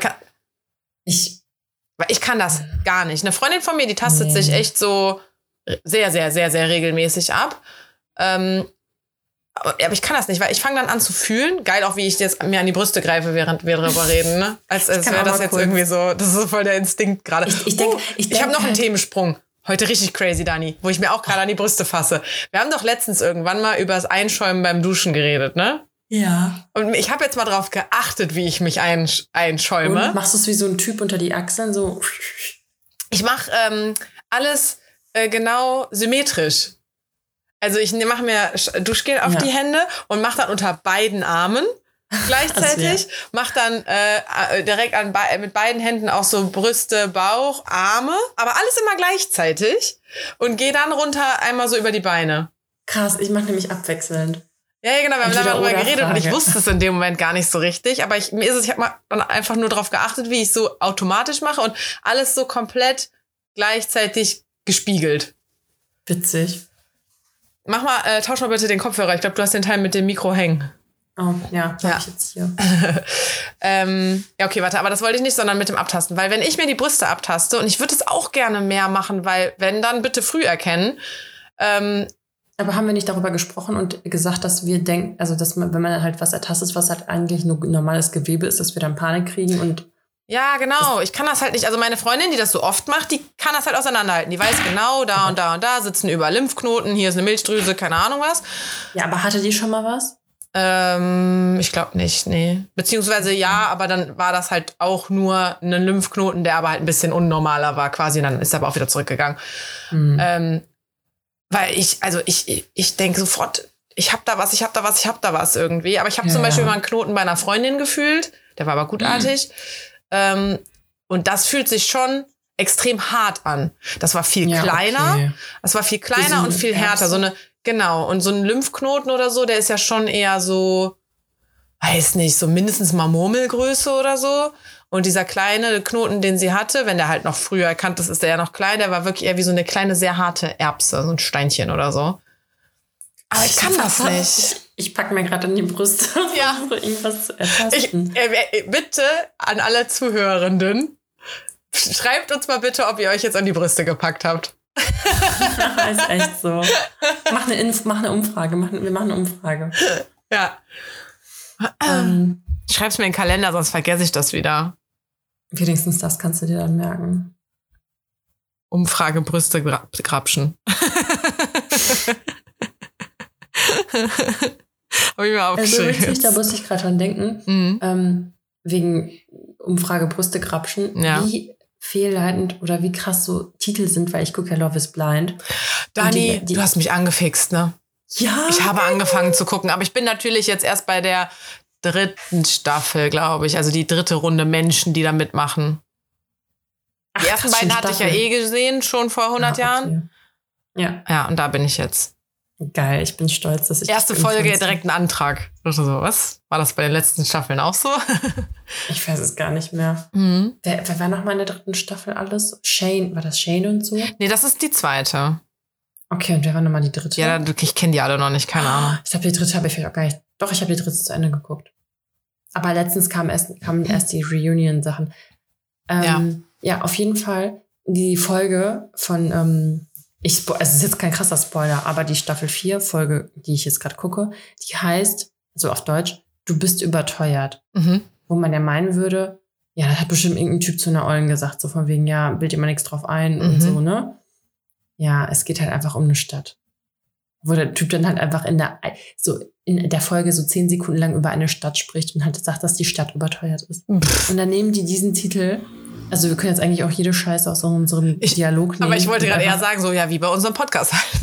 ich kann das gar nicht. Eine Freundin von mir, die tastet sich echt so sehr, sehr, sehr, sehr regelmäßig ab. Aber ich kann das nicht, weil ich fange dann an zu fühlen. Geil auch, wie ich jetzt mir an die Brüste greife, während wir darüber reden. Ne? Als wäre das jetzt irgendwie so, das ist so voll der Instinkt gerade. Ich habe noch einen Themensprung. Heute richtig crazy, Dani, wo ich mir auch gerade an die Brüste fasse. Wir haben doch letztens irgendwann mal über das Einschäumen beim Duschen geredet, ne? Ja. Und ich habe jetzt mal drauf geachtet, wie ich mich einschäume. Und machst du es wie so ein Typ unter die Achseln? So. Ich mache alles genau symmetrisch. Also ich mache mir Duschgel auf die Hände und mache dann unter beiden Armen gleichzeitig. Mache dann direkt mit beiden Händen auch so Brüste, Bauch, Arme. Aber alles immer gleichzeitig. Und gehe dann runter einmal so über die Beine. Krass, ich mache nämlich abwechselnd. Ja, genau, wir haben darüber geredet und ich wusste es in dem Moment gar nicht so richtig. Aber ich habe mal dann einfach nur darauf geachtet, wie ich es so automatisch mache und alles so komplett gleichzeitig gespiegelt. Witzig. Tausch mal bitte den Kopfhörer. Ich glaube, du hast den Teil mit dem Mikro hängen. Oh, ja, hab ich jetzt hier. Ja, okay, warte, aber das wollte ich nicht, sondern mit dem Abtasten. Weil wenn ich mir die Brüste abtaste, und ich würde es auch gerne mehr machen, weil wenn, dann bitte früh erkennen. Aber haben wir nicht darüber gesprochen und gesagt, dass wir denken, also dass man, wenn man halt was ertastet, was halt eigentlich nur normales Gewebe ist, dass wir dann Panik kriegen und ja, genau. Ich kann das halt nicht. Also meine Freundin, die das so oft macht, die kann das halt auseinanderhalten. Die weiß genau, da und da und da sitzen überall Lymphknoten, hier ist eine Milchdrüse, keine Ahnung was. Ja, aber hatte die schon mal was? Ich glaube nicht, nee. Beziehungsweise ja, aber dann war das halt auch nur ein Lymphknoten, der aber halt ein bisschen unnormaler war quasi. Und dann ist er aber auch wieder zurückgegangen. Weil ich denke sofort, ich hab da was irgendwie. Aber ich habe zum Beispiel mal einen Knoten bei einer Freundin gefühlt. Der war aber gutartig. Und das fühlt sich schon extrem hart an. Das war viel kleiner. Okay. Das war viel kleiner und viel härter. Genau. Und so ein Lymphknoten oder so, der ist ja schon eher so, weiß nicht, so mindestens mal Murmelgröße oder so. Und dieser kleine Knoten, den sie hatte, wenn der halt noch früher erkannt ist, ist der ja noch klein, der war wirklich eher wie so eine kleine, sehr harte Erbse, so ein Steinchen oder so. Aber ich kann das nicht. Ich packe mir gerade an die Brüste, irgendwas zu ertasten. Bitte an alle Zuhörenden, schreibt uns mal bitte, ob ihr euch jetzt an die Brüste gepackt habt. Ist echt so. Mach eine Umfrage. Wir machen eine Umfrage. Ja. Schreib's mir in den Kalender, sonst vergesse ich das wieder. Wenigstens das kannst du dir dann merken. Umfrage Brüste grapschen. Hab ich mir aufgeschrieben. Also da musste ich gerade dran denken. Wegen Umfrage Brüste grapschen. Ja. Wie fehlleitend oder wie krass so Titel sind, weil ich gucke ja Love is Blind. Dani, du hast mich angefixt, ne? Ja. Ich habe angefangen zu gucken, aber ich bin natürlich jetzt erst bei der 3. Staffel, glaube ich. Also die 3. Runde Menschen, die da mitmachen. Die ersten beiden hatte ich ja gesehen, schon vor 100 Jahren. Ja. Ja, und da bin ich jetzt. Geil, ich bin stolz, dass ich erste Folge direkt einen Antrag. Oder so, was? War das bei den letzten Staffeln auch so? Ich weiß es gar nicht mehr. Wer war noch mal in der 3. Staffel alles? Shane, war das Shane und so? Nee, das ist die 2. Okay, und wer war noch mal die 3.? Ja, ich kenne die alle noch nicht, keine Ahnung. Ich glaube, die 3. habe ich vielleicht auch gar nicht. Doch, ich habe die 3. zu Ende geguckt. Aber letztens kamen erst die Reunion-Sachen. Ja, auf jeden Fall die Folge von es ist jetzt kein krasser Spoiler, aber die Staffel 4 Folge, die ich jetzt gerade gucke, die heißt, so auf Deutsch, du bist überteuert. Wo man ja meinen würde, ja, das hat bestimmt irgendein Typ zu einer Ollen gesagt, so von wegen, ja, bild dir mal nichts drauf ein und so, ne? Ja, es geht halt einfach um eine Stadt. Wo der Typ dann halt einfach in der Folge so 10 Sekunden lang über eine Stadt spricht und halt sagt, dass die Stadt überteuert ist. Und dann nehmen die diesen Titel Also wir können jetzt eigentlich auch jede Scheiße aus unserem Dialog nehmen. Aber ich wollte gerade eher sagen, so ja, wie bei unserem Podcast halt.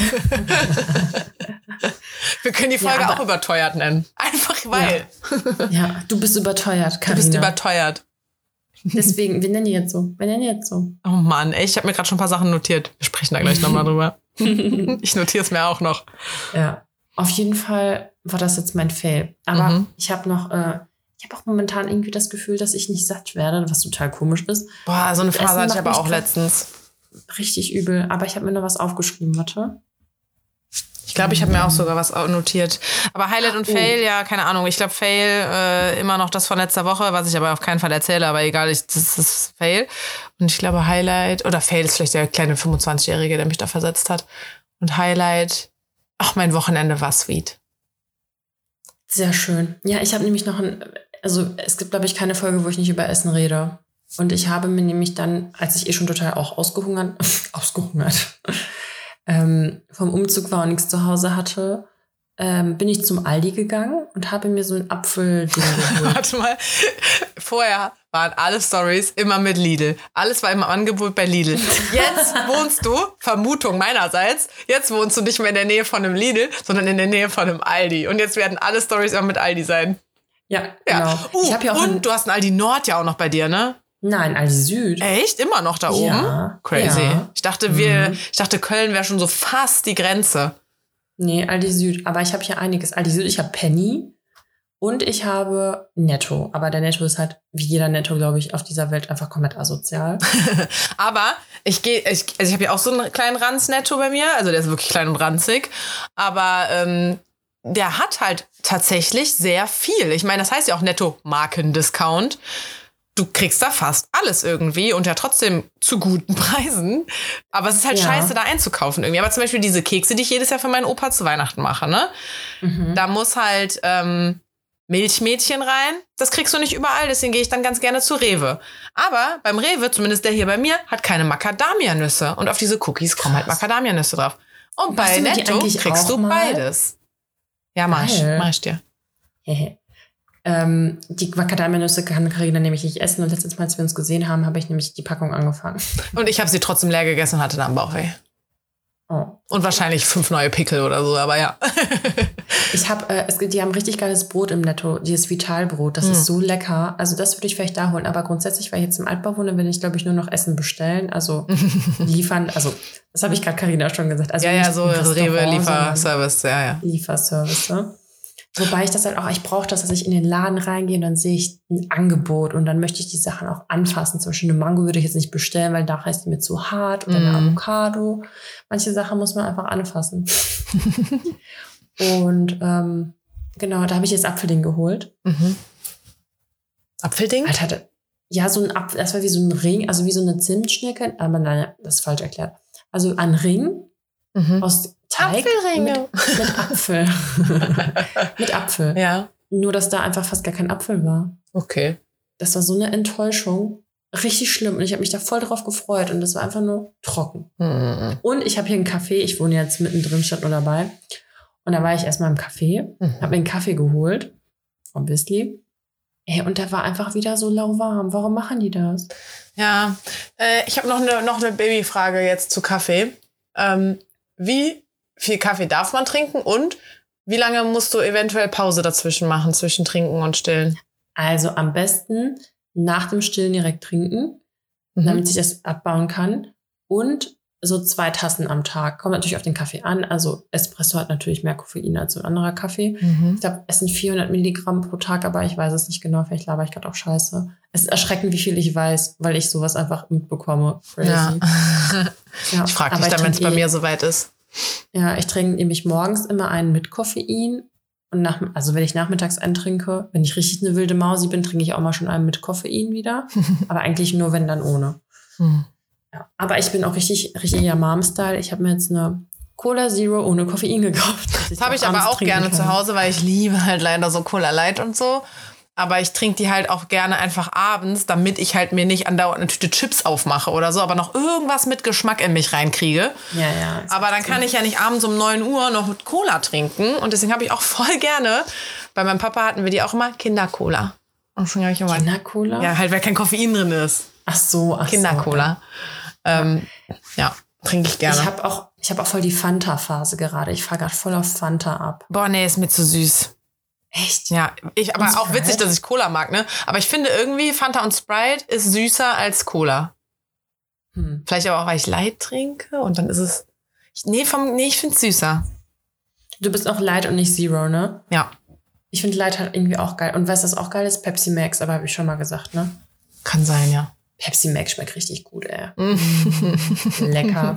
Wir können die Folge auch überteuert nennen. Einfach weil. Ja, du bist überteuert, Carina. Du bist überteuert. Deswegen, wir nennen die jetzt so. Oh Mann, ey, ich habe mir gerade schon ein paar Sachen notiert. Wir sprechen da gleich nochmal drüber. Ich notiere es mir auch noch. Ja, auf jeden Fall war das jetzt mein Fail. Aber ich habe auch momentan irgendwie das Gefühl, dass ich nicht satt werde, was total komisch ist. Boah, so eine Phase hatte ich aber auch letztens. Richtig übel. Aber ich habe mir noch was aufgeschrieben, warte. Ich glaube, ich habe mir auch sogar was notiert. Aber Highlight und Fail, ja, keine Ahnung. Ich glaube, Fail immer noch das von letzter Woche, was ich aber auf keinen Fall erzähle. Aber egal, das ist Fail. Und ich glaube, Highlight oder Fail ist vielleicht der kleine 25-Jährige, der mich da versetzt hat. Und Highlight, mein Wochenende war sweet. Sehr schön. Ja, ich habe nämlich noch es gibt, glaube ich, keine Folge, wo ich nicht über Essen rede. Und ich habe mir nämlich dann, als ich schon total auch ausgehungert, vom Umzug war und nichts zu Hause hatte, bin ich zum Aldi gegangen und habe mir so ein Apfelding geholt. Warte mal, vorher waren alle Storys immer mit Lidl. Alles war im Angebot bei Lidl. Jetzt wohnst du, Vermutung meinerseits, jetzt wohnst du nicht mehr in der Nähe von einem Ich sondern in der Nähe von einem Aldi. Und jetzt werden alle Storys immer mit Aldi sein. Ja, genau. Ich hab ja auch und du hast einen Aldi Nord ja auch noch bei dir, ne? Nein, Aldi Süd. Echt? Immer noch da oben? Ja. Crazy. Ja. Ich dachte, Köln wäre schon so fast die Grenze. Nee, Aldi Süd. Aber ich habe hier einiges. Aldi Süd, ich habe Penny und ich habe Netto. Aber der Netto ist halt, wie jeder Netto, glaube ich, auf dieser Welt einfach komplett asozial. Aber ich habe ja auch so einen kleinen Ranz-Netto bei mir. Also der ist wirklich klein und ranzig. Aber der hat halt tatsächlich sehr viel. Ich meine, das heißt ja auch Netto-Marken-Discount. Du kriegst da fast alles irgendwie und ja trotzdem zu guten Preisen. Aber es ist halt scheiße, da einzukaufen irgendwie. Aber zum Beispiel diese Kekse, die ich jedes Jahr für meinen Opa zu Weihnachten mache, ne? Da muss halt Milchmädchen rein. Das kriegst du nicht überall, deswegen gehe ich dann ganz gerne zu Rewe. Aber beim Rewe, zumindest der hier bei mir, hat keine Macadamia-Nüsse. Und auf diese Cookies kommen halt Macadamia-Nüsse drauf. Und bei Netto kriegst du beides. Ja, mach ich dir. Die Macadamia-Nüsse kann Carina nämlich nicht essen. Und letztes Mal, als wir uns gesehen haben, habe ich nämlich die Packung angefangen. Und ich habe sie trotzdem leer gegessen und hatte dann Bauchweh. Oh. Und wahrscheinlich 5 neue Pickel oder so, aber ja. Die haben richtig geiles Brot im Netto, dieses Vitalbrot, das ist so lecker. Also das würde ich vielleicht da holen, aber grundsätzlich, weil ich jetzt im Altbau wohne, will ich, glaube ich, nur noch Essen bestellen, also liefern, also das habe ich gerade Carina schon gesagt. Also so Rewe-Lieferservice, Lieferservice, ne? Wobei ich das halt auch, ich brauche das, dass ich in den Laden reingehe und dann sehe ich ein Angebot und dann möchte ich die Sachen auch anfassen. Zum Beispiel eine Mango würde ich jetzt nicht bestellen, weil nachher ist die mir zu hart oder eine Avocado. Manche Sachen muss man einfach anfassen. Und genau, da habe ich jetzt Apfelding geholt. Apfelding? Alter, ja, so ein Apfel, das war wie so ein Ring, also wie so eine Zimtschnecke. Aber nein, das ist falsch erklärt. Also ein Ring aus Teig mit Apfel. Mit Apfel. Ja. Nur, dass da einfach fast gar kein Apfel war. Okay. Das war so eine Enttäuschung. Richtig schlimm. Und ich habe mich da voll drauf gefreut. Und das war einfach nur trocken. Und ich habe hier einen Café. Ich wohne jetzt mittendrin, statt nur dabei. Und da war ich erstmal im Café. Habe mir einen Kaffee geholt. Obviously. Und der war einfach wieder so lauwarm. Warum machen die das? Ja. Ich habe noch eine Babyfrage jetzt zu Kaffee. Wie viel Kaffee darf man trinken und wie lange musst du eventuell Pause dazwischen machen, zwischen Trinken und Stillen? Also am besten nach dem Stillen direkt trinken, damit sich das abbauen kann. Und so 2 Tassen am Tag. Kommt natürlich auf den Kaffee an. Also Espresso hat natürlich mehr Koffein als ein anderer Kaffee. Ich glaube, es sind 400 Milligramm pro Tag, aber ich weiß es nicht genau. Vielleicht laber ich gerade auch Scheiße. Es ist erschreckend, wie viel ich weiß, weil ich sowas einfach mitbekomme. Crazy. Ja. Ich frage dich dann, wenn es bei mir soweit ist. Ja, ich trinke nämlich morgens immer einen mit Koffein. Und wenn ich nachmittags einen trinke, wenn ich richtig eine wilde Mausi bin, trinke ich auch mal schon einen mit Koffein wieder. Aber eigentlich nur, wenn dann ohne. Ja, aber ich bin auch richtiger Mom-Style. Ich habe mir jetzt eine Cola Zero ohne Koffein gekauft. Das habe ich aber auch gerne zu Hause, weil ich liebe halt leider so Cola Light und so. Aber ich trinke die halt auch gerne einfach abends, damit ich halt mir nicht andauernd eine Tüte Chips aufmache oder so, aber noch irgendwas mit Geschmack in mich reinkriege. Ja. Aber dann kann ich ja nicht abends um 9 Uhr noch Cola trinken. Und deswegen habe ich auch voll gerne, bei meinem Papa hatten wir die auch immer, Kindercola. Kindercola? Ja, halt, weil kein Koffein drin ist. Ach so. Kindercola. Ja, trinke ich gerne. Ich hab auch voll die Fanta-Phase gerade. Ich fahre gerade voll auf Fanta ab. Boah, nee, ist mir zu süß. Echt? Ja, aber auch Sprite? Witzig, dass ich Cola mag, ne? Aber ich finde irgendwie, Fanta und Sprite ist süßer als Cola. Vielleicht aber auch, weil ich Light trinke und dann ist es... ich finde es süßer. Du bist auch Light und nicht Zero, ne? Ja. Ich finde Light halt irgendwie auch geil. Und weißt du, was auch geil ist? Pepsi Max, aber habe ich schon mal gesagt, ne? Kann sein, ja. Pepsi Max schmeckt richtig gut, ey. Lecker.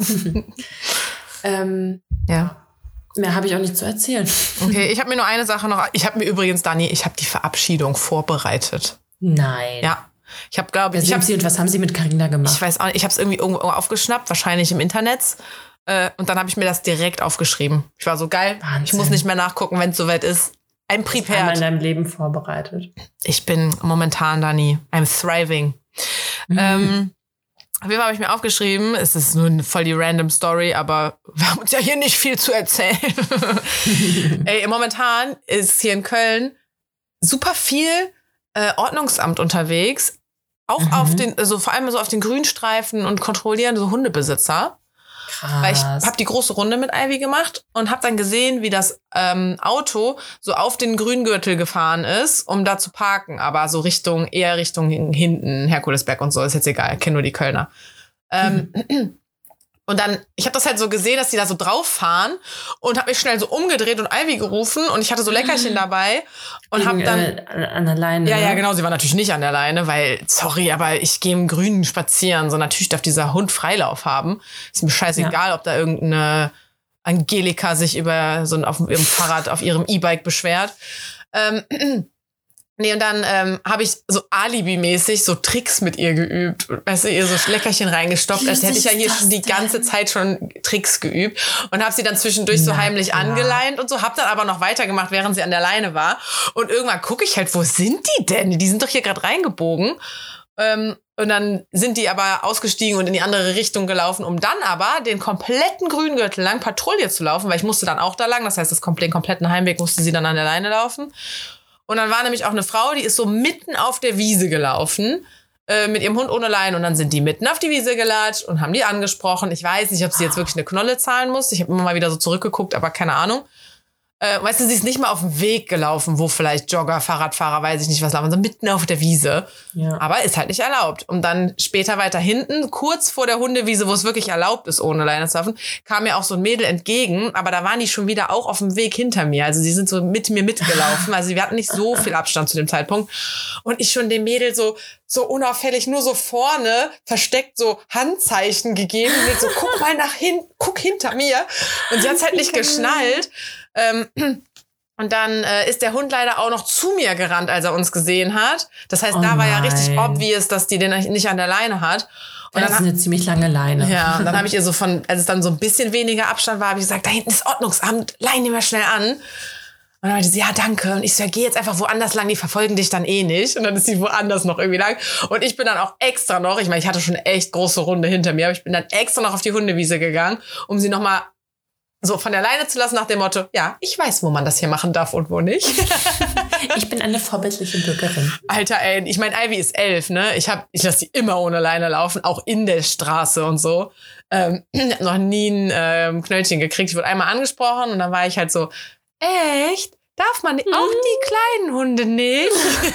Ja. Mehr habe ich auch nicht zu erzählen. Okay, ich habe mir nur eine Sache noch... Ich habe mir übrigens, Dani, die Verabschiedung vorbereitet. Nein. Ja. Ich habe, glaube ich... Und was haben Sie mit Carina gemacht? Ich weiß auch nicht. Ich habe es irgendwie irgendwo aufgeschnappt, wahrscheinlich im Internet. Und dann habe ich mir das direkt aufgeschrieben. Ich war so geil. Wahnsinn. Ich muss nicht mehr nachgucken, wenn es soweit ist. I'm prepared. Ich habe in deinem Leben vorbereitet. Ich bin momentan, Dani, I'm thriving. Auf jeden Fall habe ich mir aufgeschrieben, es ist nur voll die random Story, aber wir haben uns ja hier nicht viel zu erzählen. Ey, momentan ist hier in Köln super viel Ordnungsamt unterwegs. Auch auf den, also vor allem so auf den Grünstreifen und kontrollieren so Hundebesitzer. Krass. Weil ich habe die große Runde mit Ivy gemacht und habe dann gesehen, wie das Auto so auf den Grüngürtel gefahren ist, um da zu parken. Aber so eher Richtung hinten, Herkulesberg und so, ist jetzt egal, ich kenne nur die Kölner. Und dann, ich habe das halt so gesehen, dass die da so drauf fahren und habe mich schnell so umgedreht und Ivy gerufen und ich hatte so Leckerchen dabei und habe dann... an der Leine. Ja, genau, sie war natürlich nicht an der Leine, weil, sorry, aber ich gehe im Grünen spazieren, so natürlich darf dieser Hund Freilauf haben. Ist mir scheißegal, ob da irgendeine Angelika sich auf ihrem Fahrrad, auf ihrem E-Bike beschwert. Nee, und dann habe ich so Alibi-mäßig so Tricks mit ihr geübt. Weißt du, ihr so Leckerchen reingestopft. Als hätte ich ja hier schon die ganze Zeit schon Tricks geübt. Und habe sie dann zwischendurch so heimlich angeleint und so. Hab dann aber noch weitergemacht, während sie an der Leine war. Und irgendwann gucke ich halt, wo sind die denn? Die sind doch hier gerade reingebogen. Und dann sind die aber ausgestiegen und in die andere Richtung gelaufen, um dann aber den kompletten Grüngürtel lang Patrouille zu laufen, weil ich musste dann auch da lang. Das heißt, den kompletten Heimweg musste sie dann an der Leine laufen. Und dann war nämlich auch eine Frau, die ist so mitten auf der Wiese gelaufen, mit ihrem Hund ohne Leine. Und dann sind die mitten auf die Wiese gelatscht und haben die angesprochen. Ich weiß nicht, ob sie jetzt wirklich eine Knolle zahlen muss. Ich habe immer mal wieder so zurückgeguckt, aber keine Ahnung. Weißt du, sie ist nicht mal auf dem Weg gelaufen, wo vielleicht Jogger, Fahrradfahrer, weiß ich nicht was laufen, sondern mitten auf der Wiese. Ja. Aber ist halt nicht erlaubt. Und dann später weiter hinten, kurz vor der Hundewiese, wo es wirklich erlaubt ist, ohne Leine zu laufen, kam mir auch so ein Mädel entgegen, aber da waren die schon wieder auch auf dem Weg hinter mir. Also sie sind so mit mir mitgelaufen. Also wir hatten nicht so viel Abstand zu dem Zeitpunkt. Und ich schon dem Mädel so unauffällig nur so vorne versteckt so Handzeichen gegeben. Und so, guck mal guck hinter mir. Und sie hat's halt nicht geschnallt. Und dann ist der Hund leider auch noch zu mir gerannt, als er uns gesehen hat. Das heißt, da war ja richtig obvious, dass die den nicht an der Leine hat. Und das ist eine ziemlich lange Leine. Ja, und dann habe ich ihr so als es dann so ein bisschen weniger Abstand war, habe ich gesagt, da hinten ist Ordnungsamt, leine mal schnell an. Und dann meinte sie, ja, danke. Und ich so, ja, geh jetzt einfach woanders lang, die verfolgen dich dann eh nicht. Und dann ist sie woanders noch irgendwie lang. Und ich bin dann auch extra noch, ich meine, ich hatte schon eine echt große Runde hinter mir, aber ich bin dann extra noch auf die Hundewiese gegangen, um sie nochmal so von der Leine zu lassen nach dem Motto, ja, ich weiß, wo man das hier machen darf und wo nicht. Ich bin eine vorbildliche Bürgerin. Alter, ey, ich meine, Ivy ist 11, ne? Ich lasse sie immer ohne Leine laufen, auch in der Straße und so. Ich hab noch nie ein Knöllchen gekriegt. Ich wurde einmal angesprochen und dann war ich halt so, echt? Darf man auch die kleinen Hunde nicht?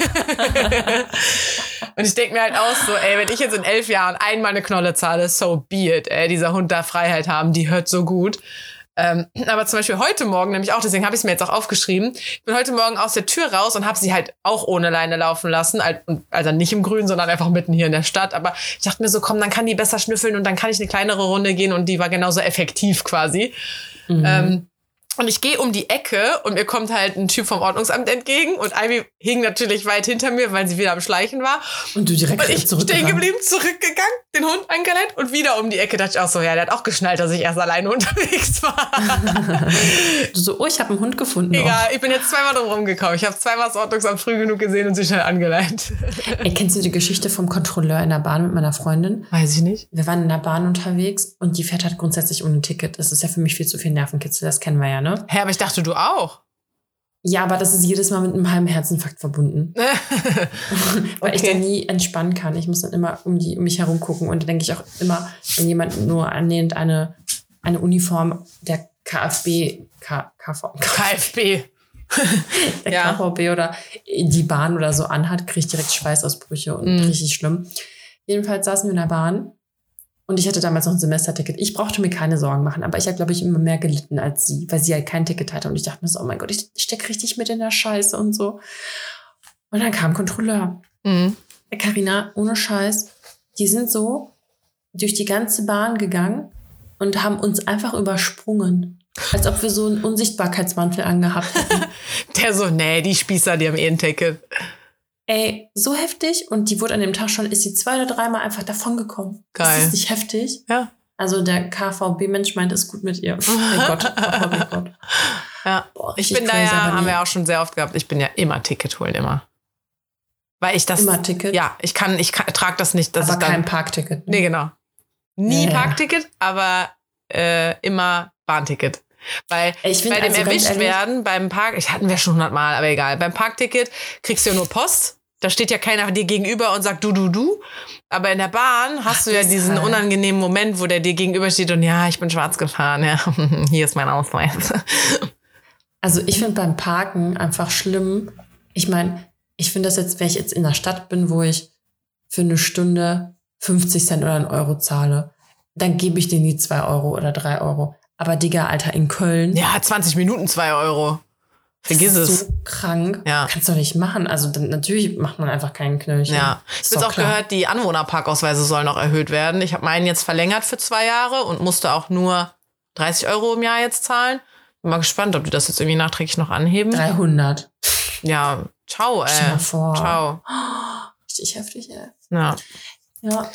Und ich denke mir halt auch so, ey, wenn ich jetzt in 11 Jahren einmal eine Knolle zahle, so be it, ey, dieser Hund darf Freiheit haben, die hört so gut. Aber zum Beispiel heute Morgen nämlich auch, deswegen habe ich es mir jetzt auch aufgeschrieben, ich bin heute Morgen aus der Tür raus und habe sie halt auch ohne Leine laufen lassen, also nicht im Grün, sondern einfach mitten hier in der Stadt, aber ich dachte mir so, komm, dann kann die besser schnüffeln und dann kann ich eine kleinere Runde gehen und die war genauso effektiv quasi. Und ich gehe um die Ecke und mir kommt halt ein Typ vom Ordnungsamt entgegen und Ivy hing natürlich weit hinter mir, weil sie wieder am Schleichen war. Und du direkt und ich stehen geblieben, zurückgegangen, den Hund angeleint und wieder um die Ecke. Dachte ich auch so, ja, der hat auch geschnallt, dass ich erst alleine unterwegs war. Du so, ich habe einen Hund gefunden. Egal, ich bin jetzt zweimal drum rumgekommen. Ich habe zweimal das Ordnungsamt früh genug gesehen und sie schnell angeleint. Ey, kennst du die Geschichte vom Kontrolleur in der Bahn mit meiner Freundin? Weiß ich nicht. Wir waren in der Bahn unterwegs und die fährt halt grundsätzlich ohne Ticket. Das ist ja für mich viel zu viel Nervenkitzel, das kennen wir ja, ne? Hä, aber ich dachte, du auch. Ja, aber das ist jedes Mal mit einem halben Herzinfarkt verbunden. Weil ich dann nie entspannen kann. Ich muss dann immer um mich herum gucken. Und da denke ich auch immer, wenn jemand nur annähernd eine Uniform der KfB der KVB oder die Bahn oder so anhat, kriege ich direkt Schweißausbrüche und richtig schlimm. Jedenfalls saßen wir in der Bahn und ich hatte damals noch ein Semesterticket. Ich brauchte mir keine Sorgen machen, aber ich habe, glaube ich, immer mehr gelitten als sie, weil sie halt kein Ticket hatte. Und ich dachte mir so, oh mein Gott, ich stecke richtig mit in der Scheiße und so. Und dann kam ein Kontrolleur. Carina, ohne Scheiß, die sind so durch die ganze Bahn gegangen und haben uns einfach übersprungen. Als ob wir so einen Unsichtbarkeitsmantel angehabt hätten. Der so, nee, die Spießer, die haben ein Ticket. Ey, so heftig. Und die wurde an dem Tag schon, ist sie 2 oder 3 Mal einfach davongekommen. Geil. Ist das nicht heftig? Ja. Also der KVB-Mensch meint, es gut mit ihr. Mein Gott. Ja. Boah, ich bin da ja, haben wir auch schon sehr oft gehabt, ich bin ja immer Ticket holen, immer. Weil ich das... Immer Ticket? Ja, ich trage das nicht. Dass aber ich kein Parkticket. Nee, genau. Nie Parkticket, aber immer Bahnticket. Weil bei dem erwischt werden, beim Park, hatten wir schon 100 Mal, aber egal. Beim Parkticket kriegst du ja nur Post. Da steht ja keiner dir gegenüber und sagt du. Aber in der Bahn hast du ja diesen unangenehmen Moment, wo der dir gegenüber steht und ja, ich bin schwarz gefahren. Ja, hier ist mein Ausweis. Also ich finde beim Parken einfach schlimm. Ich meine, ich finde das jetzt, wenn ich jetzt in der Stadt bin, wo ich für eine Stunde 50 Cent oder 1 Euro zahle, dann gebe ich denen die 2 Euro oder 3 Euro. Aber Digga, Alter, in Köln. Ja, 20 Minuten 2 Euro. Vergiss es. So krank. Ja. Kannst du doch nicht machen. Also dann, natürlich macht man einfach keinen Knöllchen. Ja. Ich habe jetzt auch gehört, die Anwohnerparkausweise sollen noch erhöht werden. Ich habe meinen jetzt verlängert für 2 Jahre und musste auch nur 30 Euro im Jahr jetzt zahlen. Bin mal gespannt, ob die das jetzt irgendwie nachträglich noch anheben. 300. Ja, ciao, ey. Stell mal vor. Ciao. Richtig heftig, ey. Ja. Ja,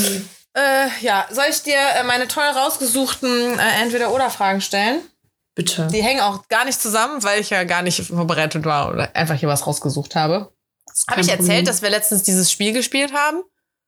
ja, soll ich dir meine toll rausgesuchten Entweder-Oder-Fragen stellen? Bitte. Die hängen auch gar nicht zusammen, weil ich ja gar nicht vorbereitet war oder einfach hier was rausgesucht habe. Habe ich erzählt, dass wir letztens dieses Spiel gespielt haben?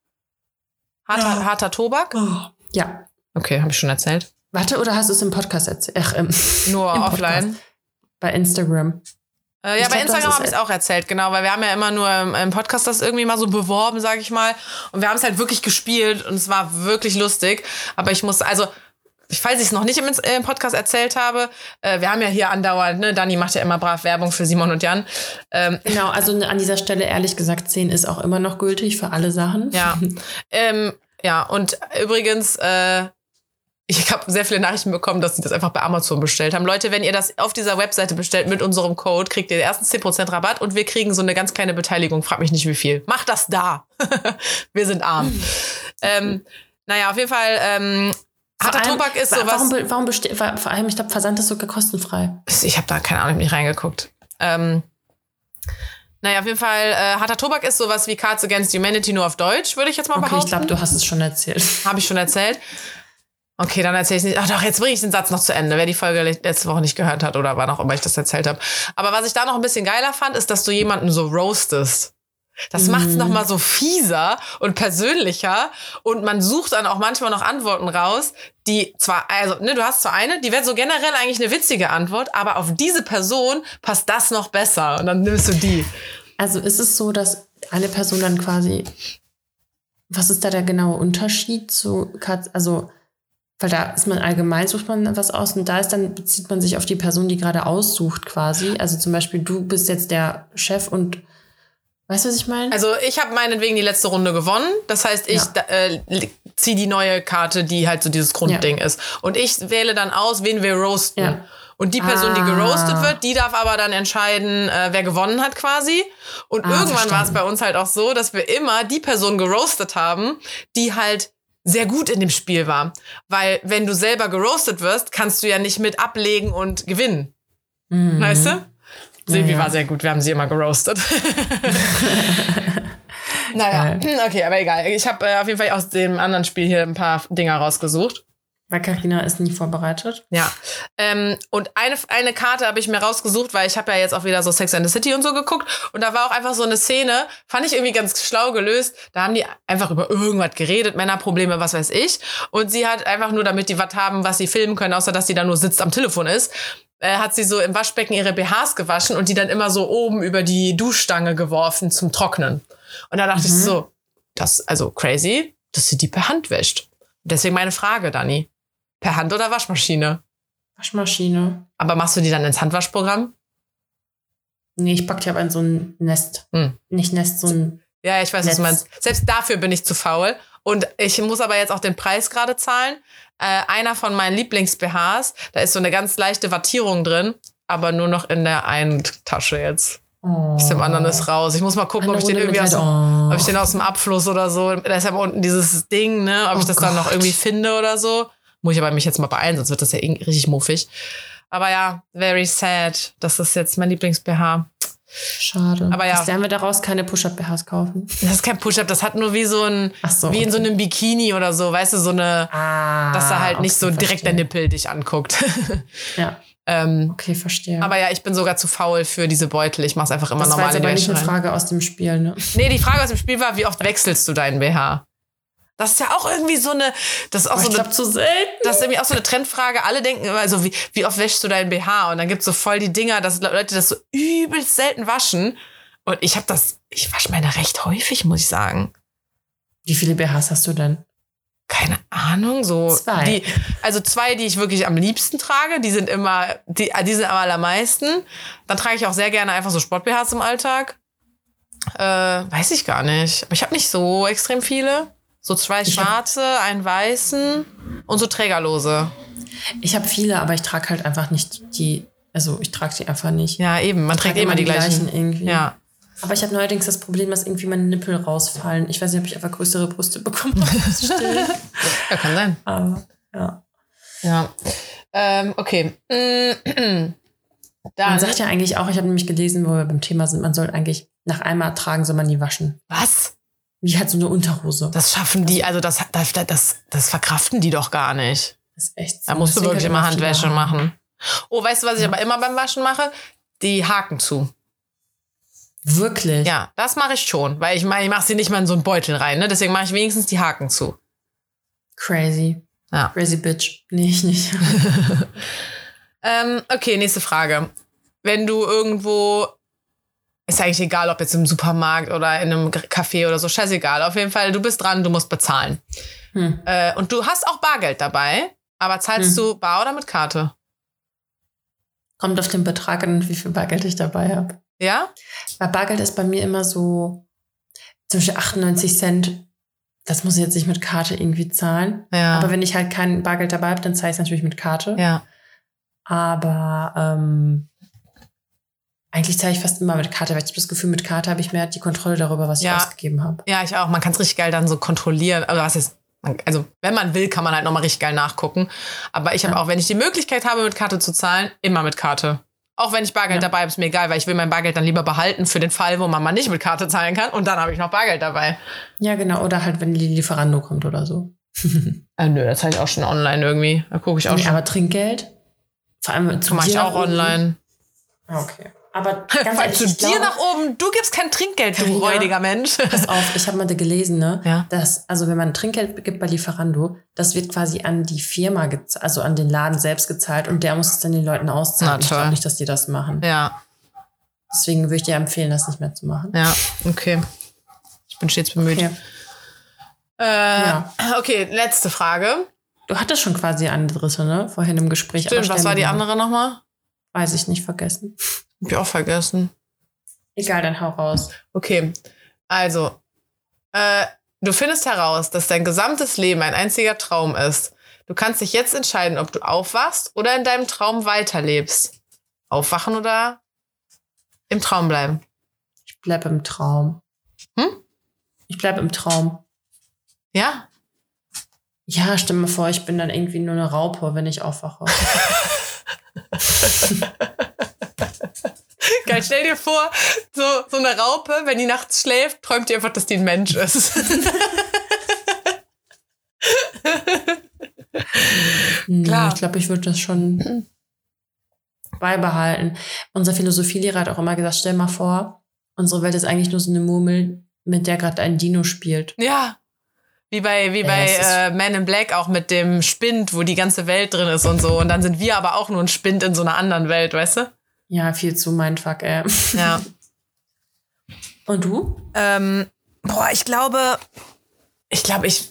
Harter Tobak? Oh. Ja. Okay, habe ich schon erzählt. Warte, oder hast du es im Podcast erzählt? Nur offline? Podcast. Bei Instagram. Ja, bei Instagram habe ich es auch erzählt, genau, weil wir haben ja immer nur im Podcast das irgendwie mal so beworben, sage ich mal. Und wir haben es halt wirklich gespielt und es war wirklich lustig. Aber ich muss, also, falls ich es noch nicht im Podcast erzählt habe, wir haben ja hier andauernd, ne, Dani macht ja immer brav Werbung für Simon und Jan. Genau, also an dieser Stelle ehrlich gesagt, 10 ist auch immer noch gültig für alle Sachen. Ja, ja, und übrigens, ich habe sehr viele Nachrichten bekommen, dass sie das einfach bei Amazon bestellt haben. Leute, wenn ihr das auf dieser Webseite bestellt mit unserem Code, kriegt ihr erstens 10% Rabatt und wir kriegen so eine ganz kleine Beteiligung. Frag mich nicht, wie viel. Macht das da. Wir sind arm. Naja, auf jeden Fall, harter Tobak ist sowas... Warum bestellt... Vor allem, ich glaube, Versand ist sogar kostenfrei. Ich habe da keine Ahnung, nicht reingeguckt. Naja, auf jeden Fall, harter Tobak ist sowas wie Cards Against Humanity, nur auf Deutsch, würde ich jetzt mal behaupten. Ich glaube, du hast es schon erzählt. Habe ich schon erzählt. Okay, dann erzähle ich nicht. Ach doch, jetzt bringe ich den Satz noch zu Ende. Wer die Folge letzte Woche nicht gehört hat oder wann auch immer ich das erzählt habe. Aber was ich da noch ein bisschen geiler fand, ist, dass du jemanden so roastest. Das macht's noch mal so fieser und persönlicher. Und man sucht dann auch manchmal noch Antworten raus, die zwar, also, ne, du hast zwar eine, die wäre so generell eigentlich eine witzige Antwort, aber auf diese Person passt das noch besser. Und dann nimmst du die. Also ist es so, dass eine Person dann quasi, was ist da der genaue Unterschied zu Cards, also... Weil da ist man allgemein, sucht man was aus und da ist dann, bezieht man sich auf die Person, die gerade aussucht quasi. Also zum Beispiel, du bist jetzt der Chef und weißt du, was ich meine? Also ich habe meinetwegen die letzte Runde gewonnen. Das heißt, ich ziehe die neue Karte, die halt so dieses Grundding ist. Und ich wähle dann aus, wen wir roasten. Ja. Und die Person, die geroastet wird, die darf aber dann entscheiden, wer gewonnen hat quasi. Und irgendwann war es bei uns halt auch so, dass wir immer die Person geroastet haben, die halt sehr gut in dem Spiel war. Weil wenn du selber geroastet wirst, kannst du ja nicht mit ablegen und gewinnen. Mhm. Weißt du? Silvi war sehr gut, wir haben sie immer geroastet. Naja, okay, aber egal. Ich habe auf jeden Fall aus dem anderen Spiel hier ein paar Dinger rausgesucht. Weil Carina ist nie vorbereitet. Ja. Und eine Karte habe ich mir rausgesucht, weil ich habe ja jetzt auch wieder so Sex and the City und so geguckt. Und da war auch einfach so eine Szene, fand ich irgendwie ganz schlau gelöst. Da haben die einfach über irgendwas geredet, Männerprobleme, was weiß ich. Und sie hat einfach nur, damit die was haben, was sie filmen können, außer dass sie da nur sitzt am Telefon ist, hat sie so im Waschbecken ihre BHs gewaschen und die dann immer so oben über die Duschstange geworfen zum Trocknen. Und da dachte ich so, das, also crazy, dass sie die per Hand wäscht. Deswegen meine Frage, Dani. Per Hand oder Waschmaschine? Waschmaschine. Aber machst du die dann ins Handwaschprogramm? Nee, ich pack die aber in so ein Nest. Nicht Nest, so ein Ja, ich weiß, was du meinst. Selbst dafür bin ich zu faul. Und ich muss aber jetzt auch den Preis gerade zahlen. Einer von meinen Lieblings-BHs, da ist so eine ganz leichte Wattierung drin, aber nur noch in der einen Tasche jetzt. Aus dem anderen ist raus. Ich muss mal gucken, ob ich den irgendwie aus dem Abfluss oder so, da ist ja unten dieses Ding, ne, ob ich das dann noch irgendwie finde oder so. Muss ich aber mich jetzt mal beeilen, sonst wird das ja richtig muffig. Aber ja, very sad. Das ist jetzt mein Lieblings-BH. Schade. Aber ja. Werden wir daraus keine Push-Up-BHs kaufen? Das ist kein Push-Up, das hat nur wie so ein, in so einem Bikini oder so, weißt du, so eine, dass da halt nicht so direkt der Nippel dich anguckt. Ja. Okay, verstehe. Aber ja, ich bin sogar zu faul für diese Beutel. Ich mach's einfach immer normal in die Wäsche rein. Das war jetzt aber nicht eine Frage aus dem Spiel, ne? Nee, die Frage aus dem Spiel war, wie oft wechselst du deinen BH? Das ist ja auch irgendwie so eine, das ist auch so ich eine, zu selten. Das ist irgendwie auch so eine Trendfrage. Alle denken immer so, wie oft wäschst du deinen BH? Und dann gibt's so voll die Dinger, dass Leute das so übelst selten waschen. Und ich wasche meine recht häufig, muss ich sagen. Wie viele BHs hast du denn? Keine Ahnung, so 2. Also 2, die ich wirklich am liebsten trage, die sind am allermeisten. Dann trage ich auch sehr gerne einfach so Sport-BHs im Alltag. Weiß ich gar nicht. Aber ich habe nicht so extrem viele. So 2 schwarze, einen weißen und so trägerlose. Ich habe viele, aber ich trage halt einfach nicht die, also ich trage die einfach nicht. Ja, eben, man trägt immer die gleichen irgendwie. Ja. Aber ich habe neuerdings das Problem, dass irgendwie meine Nippel rausfallen. Ich weiß nicht, ob ich einfach größere Brüste bekommen habe. Ja, kann sein. Aber, ja. Ja. Okay. Man sagt ja eigentlich auch, ich habe nämlich gelesen, wo wir beim Thema sind, man soll eigentlich nach einmal tragen, soll man nie waschen. Was? Wie halt so eine Unterhose. Das schaffen die, also das verkraften die doch gar nicht. Das ist echt so. Da musst du wirklich immer Handwäsche machen. Oh, weißt du, was ich aber immer beim Waschen mache? Die Haken zu. Wirklich? Ja, das mache ich schon. Weil ich mache sie nicht mal in so einen Beutel rein, ne? Deswegen mache ich wenigstens die Haken zu. Crazy. Ja. Crazy bitch. Nee, ich nicht. Okay, nächste Frage. Wenn du irgendwo, ist eigentlich egal, ob jetzt im Supermarkt oder in einem Café oder so, scheißegal. Auf jeden Fall, du bist dran, du musst bezahlen. Und du hast auch Bargeld dabei, aber zahlst du bar oder mit Karte? Kommt auf den Betrag an, wie viel Bargeld ich dabei habe. Ja? Weil Bargeld ist bei mir immer so zum Beispiel 98 Cent. Das muss ich jetzt nicht mit Karte irgendwie zahlen. Ja. Aber wenn ich halt kein Bargeld dabei habe, dann zahle ich es natürlich mit Karte. Ja. Aber eigentlich zahle ich fast immer mit Karte, weil ich habe das Gefühl, mit Karte habe ich mehr die Kontrolle darüber, was ich ausgegeben habe. Ja, ich auch. Man kann es richtig geil dann so kontrollieren. Also wenn man will, kann man halt nochmal richtig geil nachgucken. Aber ich habe auch, wenn ich die Möglichkeit habe, mit Karte zu zahlen, immer mit Karte. Auch wenn ich Bargeld dabei habe, ist mir egal, weil ich will mein Bargeld dann lieber behalten für den Fall, wo man mal nicht mit Karte zahlen kann. Und dann habe ich noch Bargeld dabei. Ja, genau. Oder halt, wenn die Lieferando kommt oder so. Nö, das zahle ich auch schon online irgendwie. Da gucke ich auch schon. Aber Trinkgeld? Vor allem zu mache ich auch online. Okay. Aber ganz ehrlich, zu dir nach oben, du gibst kein Trinkgeld, Carina, du räudiger Mensch. Pass auf, ich habe mal gelesen, ne, ja? dass, also wenn man Trinkgeld gibt bei Lieferando, das wird quasi an die Firma, also an den Laden selbst gezahlt und der muss es dann den Leuten auszahlen. Ich glaube nicht, dass die das machen. Ja. Deswegen würde ich dir empfehlen, das nicht mehr zu machen. Ja, okay. Ich bin stets bemüht. Okay, okay, letzte Frage. Du hattest schon quasi eine dritte, ne, vorhin im Gespräch. Stimmt, was war die andere nochmal? Weiß ich nicht, vergessen. Hab ich auch vergessen. Egal, dann hau raus. Okay, also, du findest heraus, dass dein gesamtes Leben ein einziger Traum ist. Du kannst dich jetzt entscheiden, ob du aufwachst oder in deinem Traum weiterlebst. Aufwachen oder im Traum bleiben? Ich bleib im Traum. Ich bleib im Traum. Ja? Ja, stell mir vor, ich bin dann irgendwie nur eine Raupe, wenn ich aufwache. Geil, stell dir vor, so eine Raupe, wenn die nachts schläft, träumt die einfach, dass die ein Mensch ist. Klar. Ich glaube, ich würde das schon beibehalten. Unser Philosophielehrer hat auch immer gesagt, stell mal vor, unsere Welt ist eigentlich nur so eine Murmel, mit der gerade ein Dino spielt. Ja. Wie bei Man in Black auch mit dem Spind, wo die ganze Welt drin ist und so. Und dann sind wir aber auch nur ein Spind in so einer anderen Welt, weißt du? Ja, viel zu Mindfuck, ey. Ja. Und du? Ich glaube, ich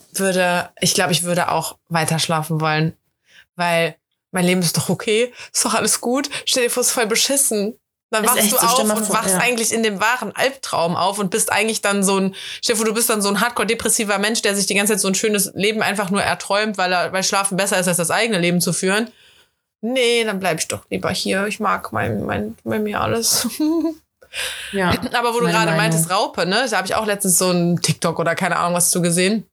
würde auch weiter schlafen wollen. Weil mein Leben ist doch okay, ist doch alles gut. Stell dir vor, es ist voll beschissen. Dann wachst du auf und wachst eigentlich in dem wahren Albtraum auf und bist eigentlich dann stell dir vor, du bist dann so ein hardcore-depressiver Mensch, der sich die ganze Zeit so ein schönes Leben einfach nur erträumt, weil Schlafen besser ist, als das eigene Leben zu führen. Nee, dann bleib ich doch lieber hier. Ich mag mein mir alles. Ja. Aber wo du gerade meintest, Raupe, ne? Da habe ich auch letztens so ein TikTok oder keine Ahnung was zu gesehen.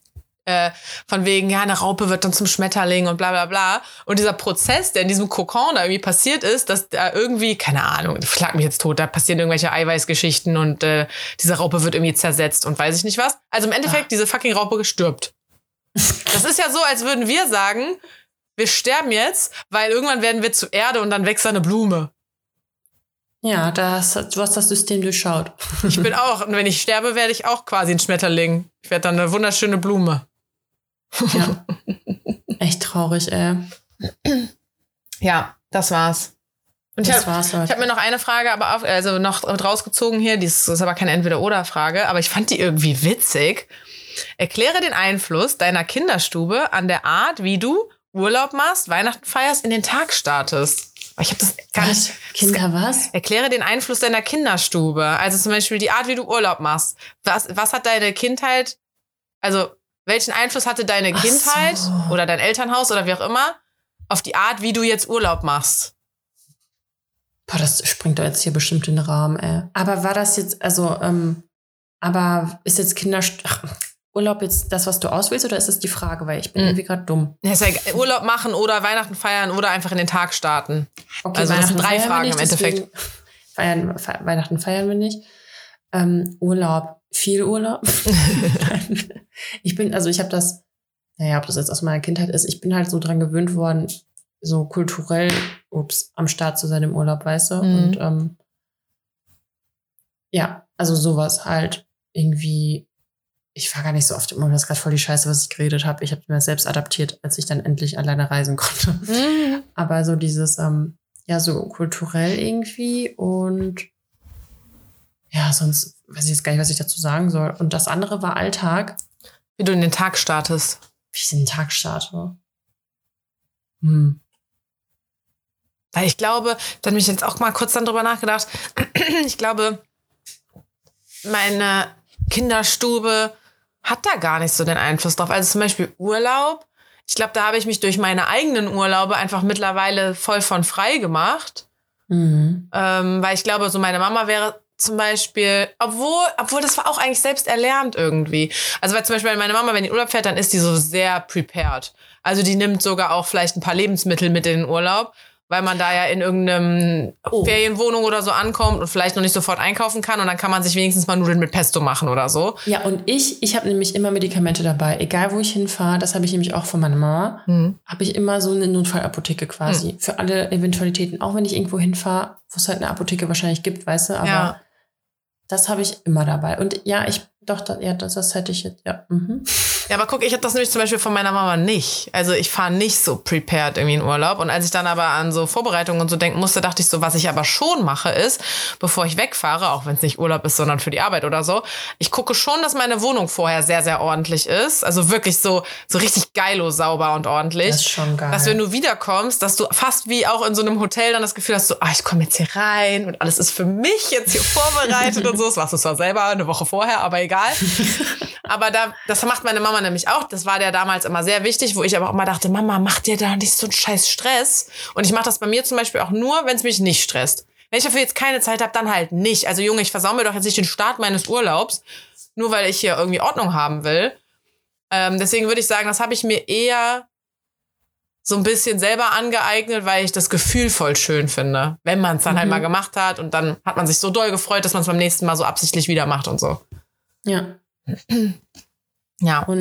Von wegen, ja, eine Raupe wird dann zum Schmetterling und bla bla bla. Und dieser Prozess, der in diesem Kokon da irgendwie passiert ist, dass da irgendwie, keine Ahnung, schlag mich jetzt tot, da passieren irgendwelche Eiweißgeschichten und diese Raupe wird irgendwie zersetzt und weiß ich nicht was. Also im Endeffekt, diese fucking Raupe stirbt. Das ist ja so, als würden wir sagen, wir sterben jetzt, weil irgendwann werden wir zu Erde und dann wächst da eine Blume. Ja, du hast das System durchschaut. Ich bin auch, und wenn ich sterbe, werde ich auch quasi ein Schmetterling. Ich werde dann eine wunderschöne Blume. Ja. Echt traurig, ey. Ja, das war's. Und ich habe mir noch eine Frage noch rausgezogen hier. Das ist aber keine Entweder-Oder-Frage, aber ich fand die irgendwie witzig. Erkläre den Einfluss deiner Kinderstube an der Art, wie du Urlaub machst, Weihnachten feierst, in den Tag startest. Ich habe das gar nicht. Was? Erkläre den Einfluss deiner Kinderstube. Also zum Beispiel die Art, wie du Urlaub machst. Was hat deine Kindheit, also welchen Einfluss hatte deine Kindheit oder dein Elternhaus oder wie auch immer auf die Art, wie du jetzt Urlaub machst? Boah, das springt doch jetzt hier bestimmt in den Rahmen, ey. Aber war das jetzt, aber ist jetzt Urlaub jetzt das, was du auswählst, oder ist das die Frage? Weil ich bin irgendwie gerade dumm. Ja, ist ja egal. Urlaub machen oder Weihnachten feiern oder einfach in den Tag starten. Okay, also das sind 3 Fragen im Endeffekt. Weihnachten feiern wir nicht. Urlaub, viel Urlaub. Ich habe das, ob das jetzt aus meiner Kindheit ist, ich bin halt so dran gewöhnt worden, so kulturell, am Start zu sein im Urlaub, weißt du? Mhm. Und also sowas halt irgendwie. Ich war gar nicht so oft im Urlaub, das ist gerade voll die Scheiße, was ich geredet habe. Ich habe mir das selbst adaptiert, als ich dann endlich alleine reisen konnte. Mhm. Aber so dieses, so kulturell irgendwie und sonst weiß ich jetzt gar nicht, was ich dazu sagen soll. Und das andere war Alltag. Wie du in den Tag startest. Wie ich in den Tag starte. Weil ich glaube, da habe ich jetzt auch mal kurz dann drüber nachgedacht. Ich glaube, meine Kinderstube hat da gar nicht so den Einfluss drauf. Also zum Beispiel Urlaub. Ich glaube, da habe ich mich durch meine eigenen Urlaube einfach mittlerweile voll von frei gemacht. Mhm. Weil ich glaube, so meine Mama wäre zum Beispiel, obwohl das war auch eigentlich selbst erlernt irgendwie. Also weil zum Beispiel meine Mama, wenn die in Urlaub fährt, dann ist die so sehr prepared. Also die nimmt sogar auch vielleicht ein paar Lebensmittel mit in den Urlaub, weil man da ja in irgendeinem Ferienwohnung oder so ankommt und vielleicht noch nicht sofort einkaufen kann und dann kann man sich wenigstens mal Nudeln mit Pesto machen oder so. Ja, und ich habe nämlich immer Medikamente dabei, egal wo ich hinfahre, das habe ich nämlich auch von meiner Mama, habe ich immer so eine Notfallapotheke quasi für alle Eventualitäten, auch wenn ich irgendwo hinfahre, wo es halt eine Apotheke wahrscheinlich gibt, weißt du, aber das habe ich immer dabei. Und das hätte ich jetzt, Ja, aber guck, ich habe das nämlich zum Beispiel von meiner Mama nicht. Also ich fahre nicht so prepared irgendwie in Urlaub. Und als ich dann aber an so Vorbereitungen und so denken musste, dachte ich so, was ich aber schon mache ist, bevor ich wegfahre, auch wenn es nicht Urlaub ist, sondern für die Arbeit oder so, ich gucke schon, dass meine Wohnung vorher sehr, sehr ordentlich ist. Also wirklich so richtig geilo sauber und ordentlich. Das ist schon geil. Dass wenn du wiederkommst, dass du fast wie auch in so einem Hotel dann das Gefühl hast, so, ich komme jetzt hier rein und alles ist für mich jetzt hier vorbereitet und so. Das machst du zwar selber eine Woche vorher, aber egal. Aber das macht meine Mama nämlich auch. Das war der damals immer sehr wichtig, wo ich aber auch immer dachte, Mama, mach dir da nicht so einen scheiß Stress. Und ich mache das bei mir zum Beispiel auch nur, wenn es mich nicht stresst. Wenn ich dafür jetzt keine Zeit habe, dann halt nicht. Also Junge, ich versau mir doch jetzt nicht den Start meines Urlaubs, nur weil ich hier irgendwie Ordnung haben will. Deswegen würde ich sagen, das habe ich mir eher so ein bisschen selber angeeignet, weil ich das Gefühl voll schön finde. Wenn man es dann halt mal gemacht hat und dann hat man sich so doll gefreut, dass man es beim nächsten Mal so absichtlich wieder macht und so. Ja. Ja. Und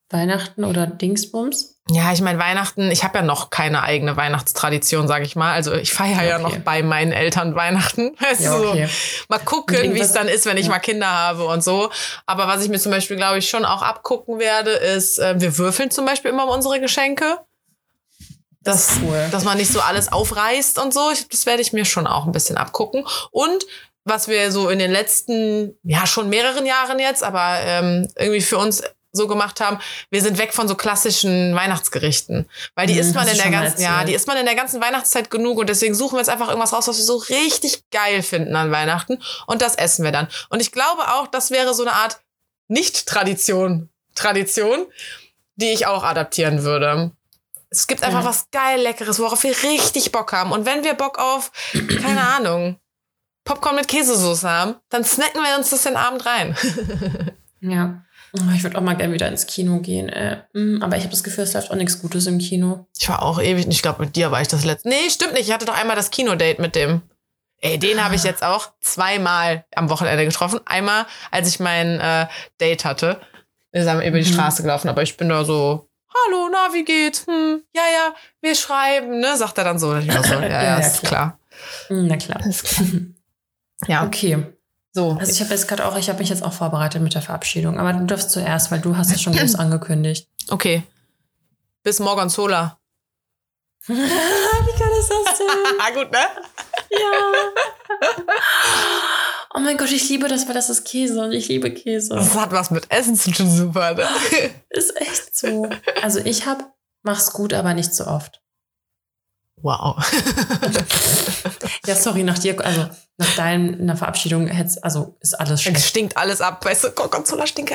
Weihnachten oder Dingsbums? Ja, ich meine, Weihnachten, ich habe ja noch keine eigene Weihnachtstradition, sage ich mal. Also ich feiere ja noch bei meinen Eltern Weihnachten. Weißt du, so. Mal gucken, wie es dann ist, wenn ich mal Kinder habe und so. Aber was ich mir zum Beispiel, glaube ich, schon auch abgucken werde, ist, wir würfeln zum Beispiel immer um unsere Geschenke. Das ist cool. Dass man nicht so alles aufreißt und so. Das werde ich mir schon auch ein bisschen abgucken. Und was wir so in den letzten, ja schon mehreren Jahren jetzt, aber irgendwie für uns so gemacht haben, wir sind weg von so klassischen Weihnachtsgerichten. Weil die isst man in der ganzen, die isst man in der ganzen Weihnachtszeit genug und deswegen suchen wir jetzt einfach irgendwas raus, was wir so richtig geil finden an Weihnachten und das essen wir dann. Und ich glaube auch, das wäre so eine Art Nicht-Tradition, die ich auch adaptieren würde. Es gibt einfach was geil Leckeres, worauf wir richtig Bock haben. Und wenn wir Bock auf, keine Ahnung, Popcorn mit Käsesoße haben, dann snacken wir uns das den Abend rein. Ja. Ich würde auch mal gerne wieder ins Kino gehen. Aber ich habe das Gefühl, es läuft auch nichts Gutes im Kino. Ich war auch ewig, ich glaube, mit dir war ich das letzte. Nee, stimmt nicht. Ich hatte doch einmal das Kinodate mit dem. Den habe ich jetzt auch 2-mal am Wochenende getroffen. Einmal, als ich mein Date hatte. Wir sind über die Straße gelaufen, aber ich bin da so, hallo, na, wie geht's? Ja, wir schreiben, ne? Sagt er dann so. Ich so ja, ist klar. Na klar. Ist klar. Ja. Okay. So. Also ich habe mich jetzt auch vorbereitet mit der Verabschiedung. Aber du darfst zuerst, weil du hast es schon groß angekündigt. Okay. Bis Morgonzola. Wie geil ist das denn? Gut, ne? Ja. Oh mein Gott, ich liebe das, weil das ist Käse und ich liebe Käse. Das hat was mit Essen zu tun, super, ne? Ist echt so. Also mach's gut, aber nicht so oft. Wow. Ja, sorry, nach deiner Verabschiedung ist alles schlecht. Es stinkt alles ab, weißt du, Gorgonzola stinke.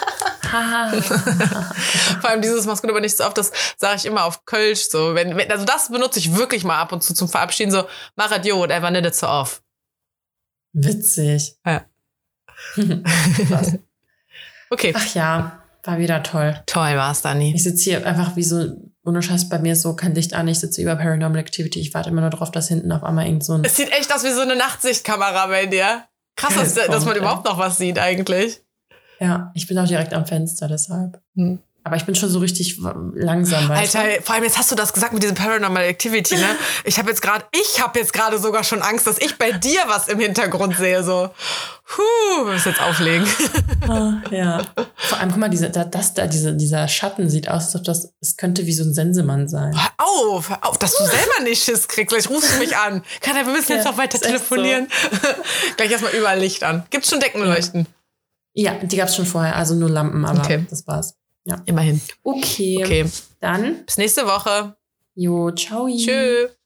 Vor allem dieses mach's gut, aber nicht so oft, das sage ich immer auf Kölsch, so. Also das benutze ich wirklich mal ab und zu zum Verabschieden, so, mach it jo, whatever, nicht so oft. Witzig. Ja. Okay. Ach ja, war wieder toll. Toll war's, Dani. Ich sitze hier einfach wie so, ohne Scheiß, bei mir ist so kein Licht an, ich sitze über Paranormal Activity, ich warte immer nur drauf, dass hinten auf einmal irgend so ein... Es sieht echt aus wie so eine Nachtsichtkamera bei dir. Krass, dass man überhaupt noch was sieht eigentlich. Ja, ich bin auch direkt am Fenster, deshalb. Aber ich bin schon so richtig langsam. Alter, vor allem jetzt hast du das gesagt mit diesem Paranormal Activity, ne? Ich habe jetzt gerade sogar schon Angst, dass ich bei dir was im Hintergrund sehe, so. Muss jetzt auflegen. Ja. Vor allem, guck mal, dieser Schatten sieht aus, als ob es könnte wie so ein Sensemann sein. Hör auf, dass du selber nicht Schiss kriegst. Gleich rufst du mich an. Wir müssen jetzt noch weiter telefonieren. So. Gleich erstmal überall Licht an. Gibt's schon Deckenleuchten? Ja, die gab's schon vorher, also nur Lampen, aber das war's. Ja. Immerhin. Okay. Dann bis nächste Woche. Jo, ciao. Tschö.